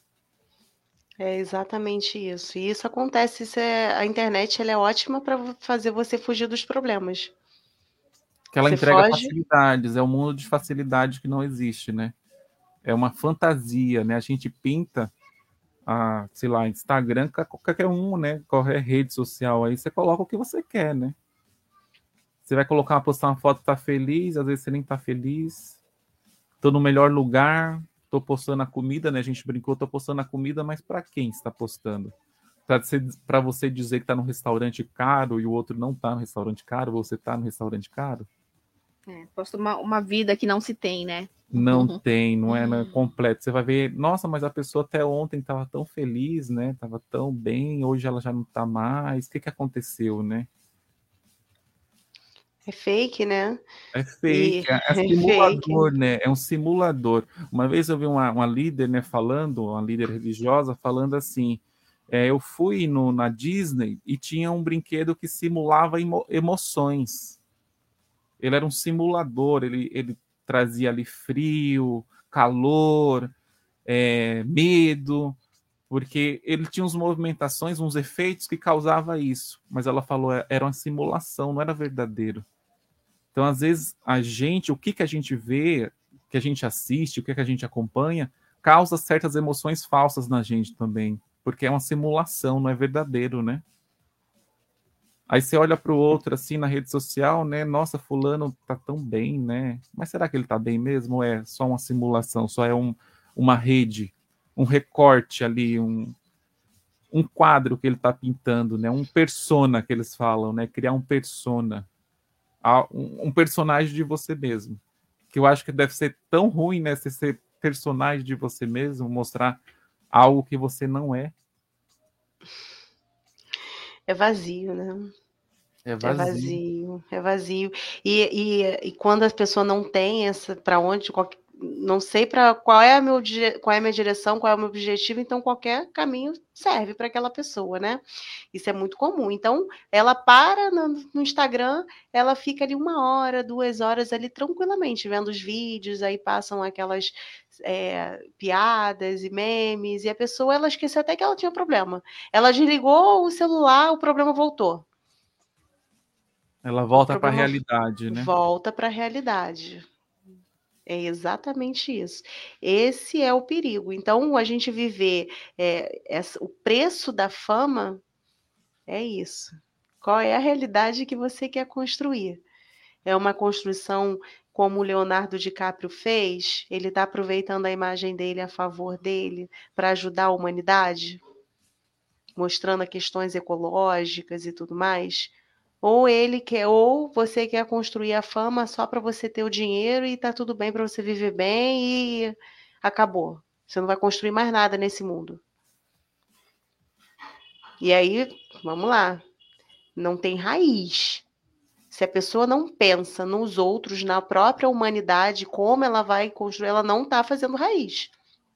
É exatamente isso. E isso acontece, a internet ela é ótima para fazer você fugir dos problemas. Que ela Você entrega foge. facilidades, é um mundo de facilidade que não existe, né? É uma fantasia, né? A gente pinta, sei lá, Instagram, qualquer um, né? Qualquer rede social aí, você coloca o que você quer, né? Você vai postar uma foto, tá feliz, às vezes você nem tá feliz. Tô no melhor lugar, tô postando a comida, né? A gente brincou, tô postando a comida, mas para quem está postando? Para você dizer que tá num restaurante caro e o outro não tá no restaurante caro, você tá no restaurante caro? Posta uma vida que não se tem, né? Não tem, não é completo. Você vai ver, nossa, mas a pessoa até ontem estava tão feliz, né? Estava tão bem, hoje ela já não está mais. O que aconteceu, né? É fake, né? É fake, é simulador, fake, né? É um simulador. Uma vez eu vi uma líder, né, uma líder religiosa, falando assim, eu fui na Disney e tinha um brinquedo que simulava emoções. Ele era um simulador, ele trazia ali frio, calor, medo, porque ele tinha uns movimentações, uns efeitos que causava isso. Mas ela falou, era uma simulação, não era verdadeiro. Então, às vezes, o que a gente vê, o que a gente assiste, o que a gente acompanha, causa certas emoções falsas na gente também, porque é uma simulação, não é verdadeiro, né? Aí você olha para o outro, assim, na rede social, né? Nossa, fulano tá tão bem, né? Mas será que ele tá bem mesmo? Ou é só uma simulação? Só é uma rede, um recorte ali, um quadro que ele tá pintando, né? Um persona que eles falam, né? Criar um persona. Um personagem de você mesmo. Que eu acho que deve ser tão ruim, né? Você ser personagem de você mesmo, mostrar algo que você não é. É vazio, né? É vazio. É vazio. E quando a pessoa não tem para onde, não sei qual é a minha direção, qual é o meu objetivo, então qualquer caminho serve para aquela pessoa, né? Isso é muito comum. Então, ela para no Instagram, ela fica ali 1 hora, 2 horas ali tranquilamente, vendo os vídeos, aí passam aquelas piadas e memes, e a pessoa, ela esqueceu até que ela tinha problema. Ela desligou o celular, o problema voltou. Ela volta para a realidade, né? Volta para a realidade. É exatamente isso. Esse é o perigo. Então, a gente viver o preço da fama é isso. Qual é a realidade que você quer construir? É uma construção como o Leonardo DiCaprio fez? Ele está aproveitando a imagem dele a favor dele para ajudar a humanidade? Mostrando questões ecológicas e tudo mais? Ou você quer construir a fama só para você ter o dinheiro e tá tudo bem para você viver bem e acabou. Você não vai construir mais nada nesse mundo. E aí, vamos lá, não tem raiz. Se a pessoa não pensa nos outros, na própria humanidade, como ela vai construir, ela não está fazendo raiz.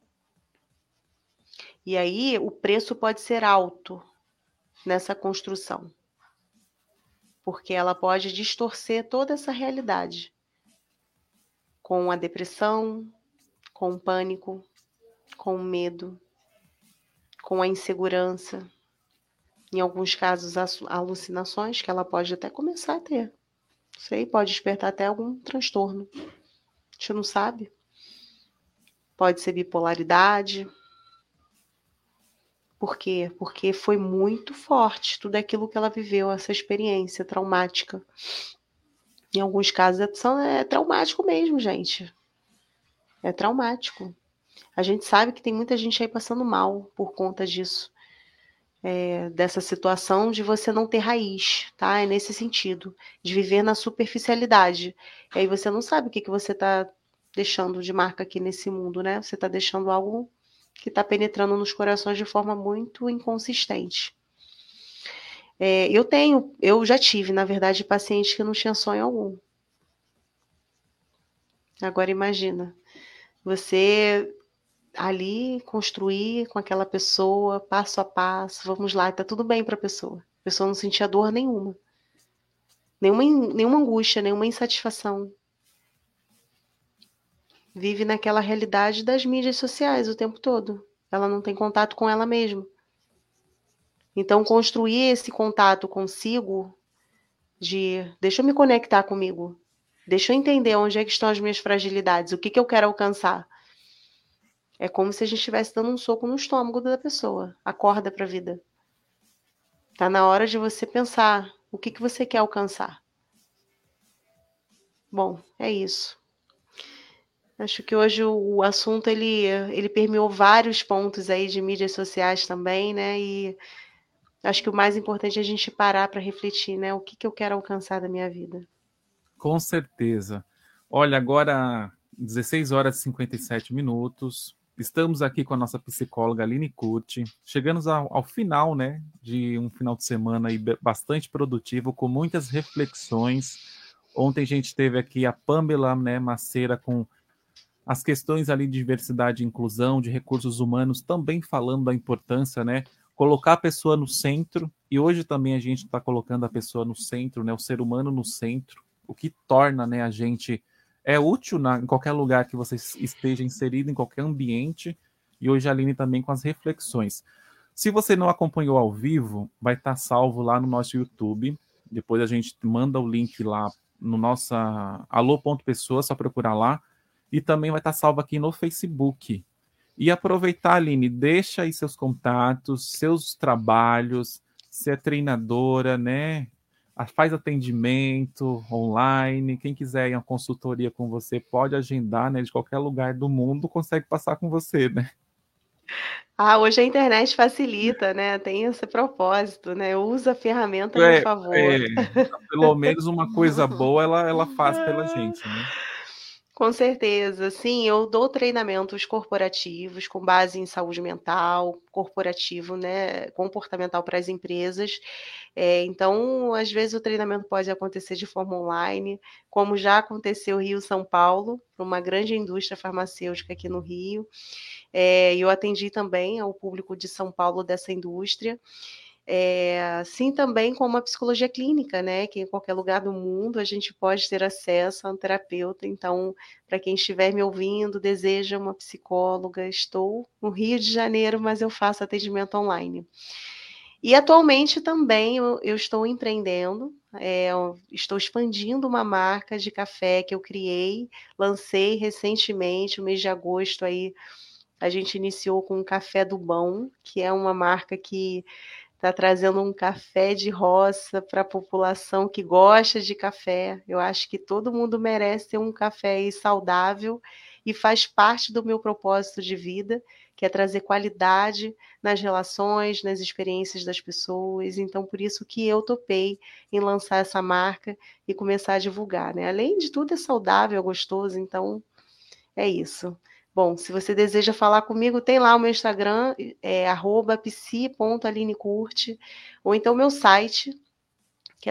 E aí o preço pode ser alto nessa construção, porque ela pode distorcer toda essa realidade com a depressão, com o pânico, com o medo, com a insegurança, em alguns casos alucinações que ela pode até começar a ter. Isso aí pode despertar até algum transtorno. A gente não sabe. Pode ser bipolaridade. Por quê? Porque foi muito forte tudo aquilo que ela viveu, essa experiência traumática. Em alguns casos é traumático mesmo, gente. É traumático. A gente sabe que tem muita gente aí passando mal por conta disso. Dessa situação de você não ter raiz, tá? É nesse sentido, de viver na superficialidade. E aí você não sabe o que você está deixando de marca aqui nesse mundo, né? Você está deixando algo que está penetrando nos corações de forma muito inconsistente. Eu já tive, na verdade, pacientes que não tinham sonho algum. Agora imagina, você ali construir com aquela pessoa, passo a passo, vamos lá, tá tudo bem para a pessoa não sentia dor nenhuma angústia, nenhuma insatisfação. Vive naquela realidade das mídias sociais o tempo todo, ela não tem contato com ela mesma. Então construir esse contato consigo, deixa eu me conectar comigo, deixa eu entender onde é que estão as minhas fragilidades, o que eu quero alcançar. É como se a gente estivesse dando um soco no estômago da pessoa. Acorda para a vida. Tá na hora de você pensar o que você quer alcançar. Bom, é isso. Acho que hoje o assunto ele permeou vários pontos aí de mídias sociais também, né? E acho que o mais importante é a gente parar para refletir, né? O que eu quero alcançar da minha vida. Com certeza. Olha, agora 16 horas e 57 minutos. Estamos aqui com a nossa psicóloga Aline Curti, chegando ao final, né, de um final de semana aí bastante produtivo, com muitas reflexões. Ontem a gente teve aqui a Pamela, né, Maceira, com as questões ali de diversidade e inclusão, de recursos humanos, também falando da importância, né, colocar a pessoa no centro, e hoje também a gente está colocando a pessoa no centro, né, o ser humano no centro, o que torna, né, a gente... É útil em qualquer lugar que você esteja inserido, em qualquer ambiente. E hoje a Aline também com as reflexões. Se você não acompanhou ao vivo, vai estar salvo lá no nosso YouTube. Depois a gente manda o link lá no nosso alô.pessoa, só procurar lá. E também vai estar salvo aqui no Facebook. E aproveitar, Aline, deixa aí seus contatos, seus trabalhos. Você é treinadora, né? Faz atendimento online, quem quiser ir a uma consultoria com você pode agendar, né? De qualquer lugar do mundo consegue passar com você, né? Hoje a internet facilita, né? Tem esse propósito, né? Usa a ferramenta a meu favor. Pelo menos uma coisa boa ela faz pela gente, né? Com certeza, sim, eu dou treinamentos corporativos com base em saúde mental, corporativo, né, comportamental para as empresas. Então, às vezes o treinamento pode acontecer de forma online, como já aconteceu Rio-São Paulo, para uma grande indústria farmacêutica aqui no Rio. Eu atendi também ao público de São Paulo dessa indústria. Assim também como a psicologia clínica, né, que em qualquer lugar do mundo a gente pode ter acesso a um terapeuta. Então, para quem estiver me ouvindo, deseja uma psicóloga, estou no Rio de Janeiro, mas eu faço atendimento online. E atualmente também eu estou empreendendo, estou expandindo uma marca de café que eu criei, lancei recentemente, no mês de agosto aí, a gente iniciou com o Café do Bom, que é uma marca que está trazendo um café de roça para a população que gosta de café. Eu acho que todo mundo merece ter um café aí saudável e faz parte do meu propósito de vida, que é trazer qualidade nas relações, nas experiências das pessoas. Então, por isso que eu topei em lançar essa marca e começar a divulgar, né? Além de tudo, é saudável, é gostoso, então é isso. Bom, se você deseja falar comigo, tem lá o meu Instagram, @psi.alinecurte, ou então o meu site, que é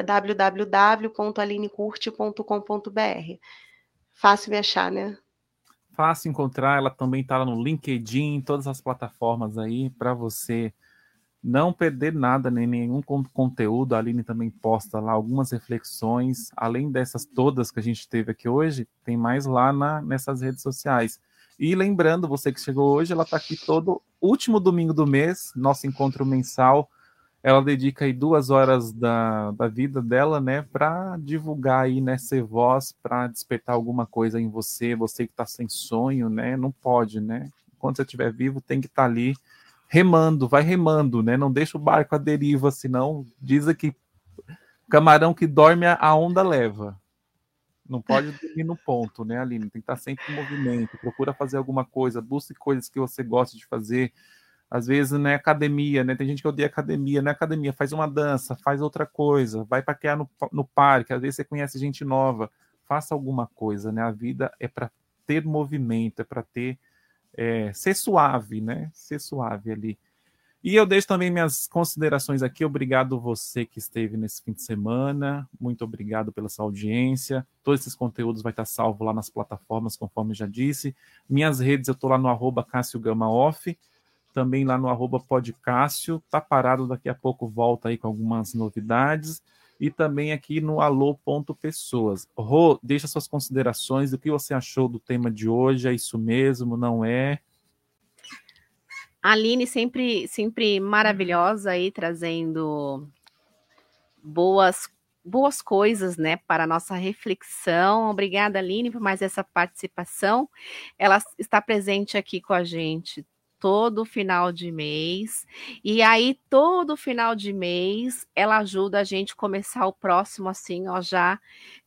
www.alinecurte.com.br. Fácil me achar, né? Fácil encontrar, ela também está no LinkedIn, em todas as plataformas aí, para você não perder nada, nem nenhum conteúdo. A Aline também posta lá algumas reflexões, além dessas todas que a gente teve aqui hoje, tem mais lá nessas redes sociais. E lembrando, você que chegou hoje, ela está aqui todo último domingo do mês, nosso encontro mensal. Ela dedica aí 2 horas da vida dela, né, para divulgar aí, né, ser voz, para despertar alguma coisa em você que está sem sonho, né, não pode, né, enquanto você estiver vivo tem que estar ali remando, vai remando, né, não deixa o barco à deriva, senão diz que camarão que dorme a onda leva. Não pode dormir no ponto, né, Aline? Tem que estar sempre em movimento, procura fazer alguma coisa, busque coisas que você gosta de fazer. Às vezes, né, academia, né? Tem gente que odeia academia, né? Academia, faz uma dança, faz outra coisa, vai paquear no parque, às vezes você conhece gente nova, faça alguma coisa, né? A vida é para ter movimento, é para ter, ser suave, né? Ser suave ali. E eu deixo também minhas considerações aqui. Obrigado você que esteve nesse fim de semana. Muito obrigado pela sua audiência. Todos esses conteúdos vai estar salvo lá nas plataformas, conforme já disse. Minhas redes, eu estou lá no @CássioGamaOff. Também lá no @podcássio, tá parado, daqui a pouco volta aí com algumas novidades, e também aqui no alô.pessoas. Rô, deixa suas considerações, do que você achou do tema de hoje, é isso mesmo, não é? Aline sempre maravilhosa aí, trazendo boas coisas, né, para a nossa reflexão. Obrigada, Aline, por mais essa participação. Ela está presente aqui com a gente todo final de mês, e aí todo final de mês ela ajuda a gente a começar o próximo assim, ó, já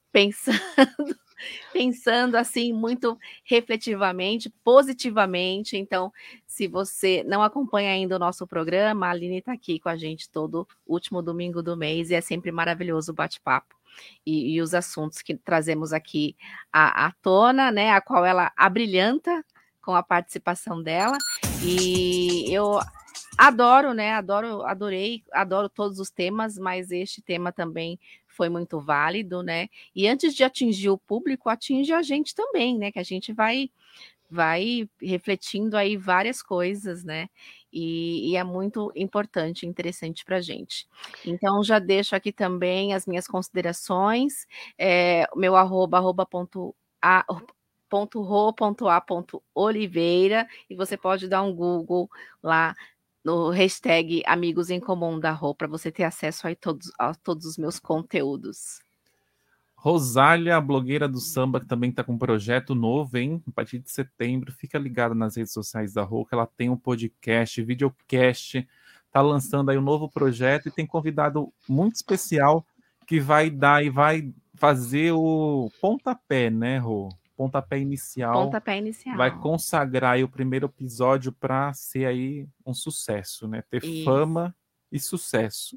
pensando assim muito refletivamente, positivamente. Então, se você não acompanha ainda o nosso programa, a Aline está aqui com a gente todo último domingo do mês, e é sempre maravilhoso o bate-papo e os assuntos que trazemos aqui à tona, né, a qual ela abrilhanta com a participação dela. E eu adoro, né? Adoro todos os temas, mas este tema também foi muito válido, né? E antes de atingir o público, atinge a gente também, né? Que a gente vai refletindo aí várias coisas, né? E é muito importante e interessante para a gente. Então, já deixo aqui também as minhas considerações, meu @.ro.a.oliveira, e você pode dar um Google lá no hashtag Amigos em Comum da Rô, para você ter acesso a todos os meus conteúdos. Rosália, a blogueira do samba, que também está com um projeto novo, hein? A partir de setembro, fica ligada nas redes sociais da Rô, que ela tem um podcast, videocast, está lançando aí um novo projeto, e tem convidado muito especial que vai dar e vai fazer o pontapé, né, Rô? Pontapé inicial. Vai consagrar aí o primeiro episódio para ser aí um sucesso, né? Ter fama e sucesso.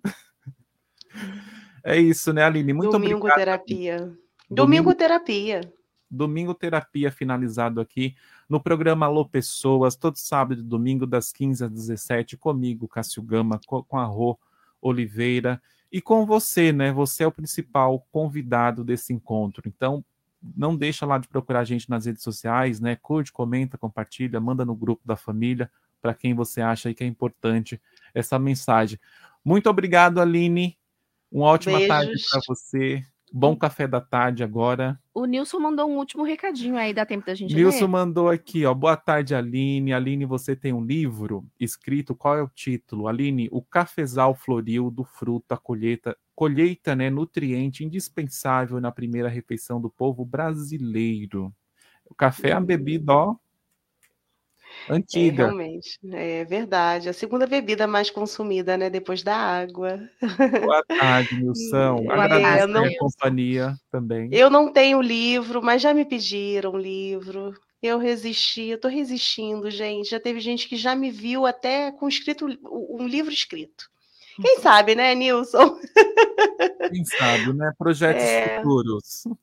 É isso, né, Aline? Muito obrigado. Domingo Terapia. Domingo Terapia finalizado aqui no programa Alô Pessoas, todo sábado e domingo, das 15 às 17, comigo, Cássio Gama, com a Rô Oliveira, e com você, né? Você é o principal convidado desse encontro. Então, não deixa lá de procurar a gente nas redes sociais, né? Curte, comenta, compartilha, manda no grupo da família, para quem você acha aí que é importante essa mensagem. Muito obrigado, Aline. Uma ótima tarde para você. Bom café da tarde agora. O Nilson mandou um último recadinho aí, dá tempo da gente Nilson ler? mandou aqui, ó. Boa tarde, Aline. Aline, você tem um livro escrito, qual é o título? Aline, o cafezal floril do fruto, a colheita, né, nutriente indispensável na primeira refeição do povo brasileiro. O café é uma bebida, ó, antiga. Realmente, é verdade. A segunda bebida mais consumida, né, depois da água. Boa tarde, Nilson. Agradeço a companhia também. Eu não tenho livro, mas já me pediram livro. Eu resisti, eu tô resistindo, gente. Já teve gente que já me viu até com um livro escrito. Quem sabe, né, Nilson? Quem sabe, né? Projetos futuros.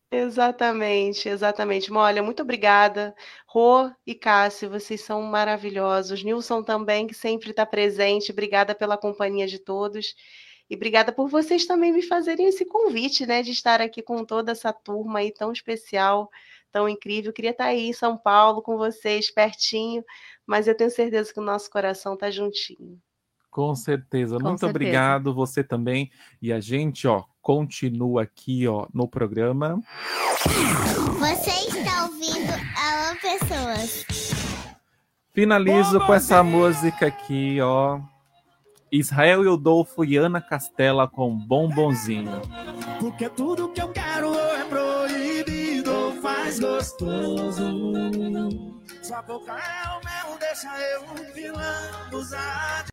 Exatamente, exatamente. Olha, muito obrigada, Rô e Cássio, vocês são maravilhosos. Nilson também, que sempre está presente. Obrigada pela companhia de todos. E obrigada por vocês também me fazerem esse convite, né, de estar aqui com toda essa turma aí tão especial, tão incrível. Eu queria estar aí em São Paulo com vocês, pertinho, mas eu tenho certeza que o nosso coração está juntinho. Com certeza. Com Muito certeza. obrigado, você também. E a gente, continua aqui, no programa. Você está ouvindo Alô Pessoas. Finalizo com essa música aqui, Israel Eudolfo e Ana Castela com Bombonzinho. Porque tudo que eu quero é proibido, faz gostoso. Sua boca é o mel, deixa eu vilão usar.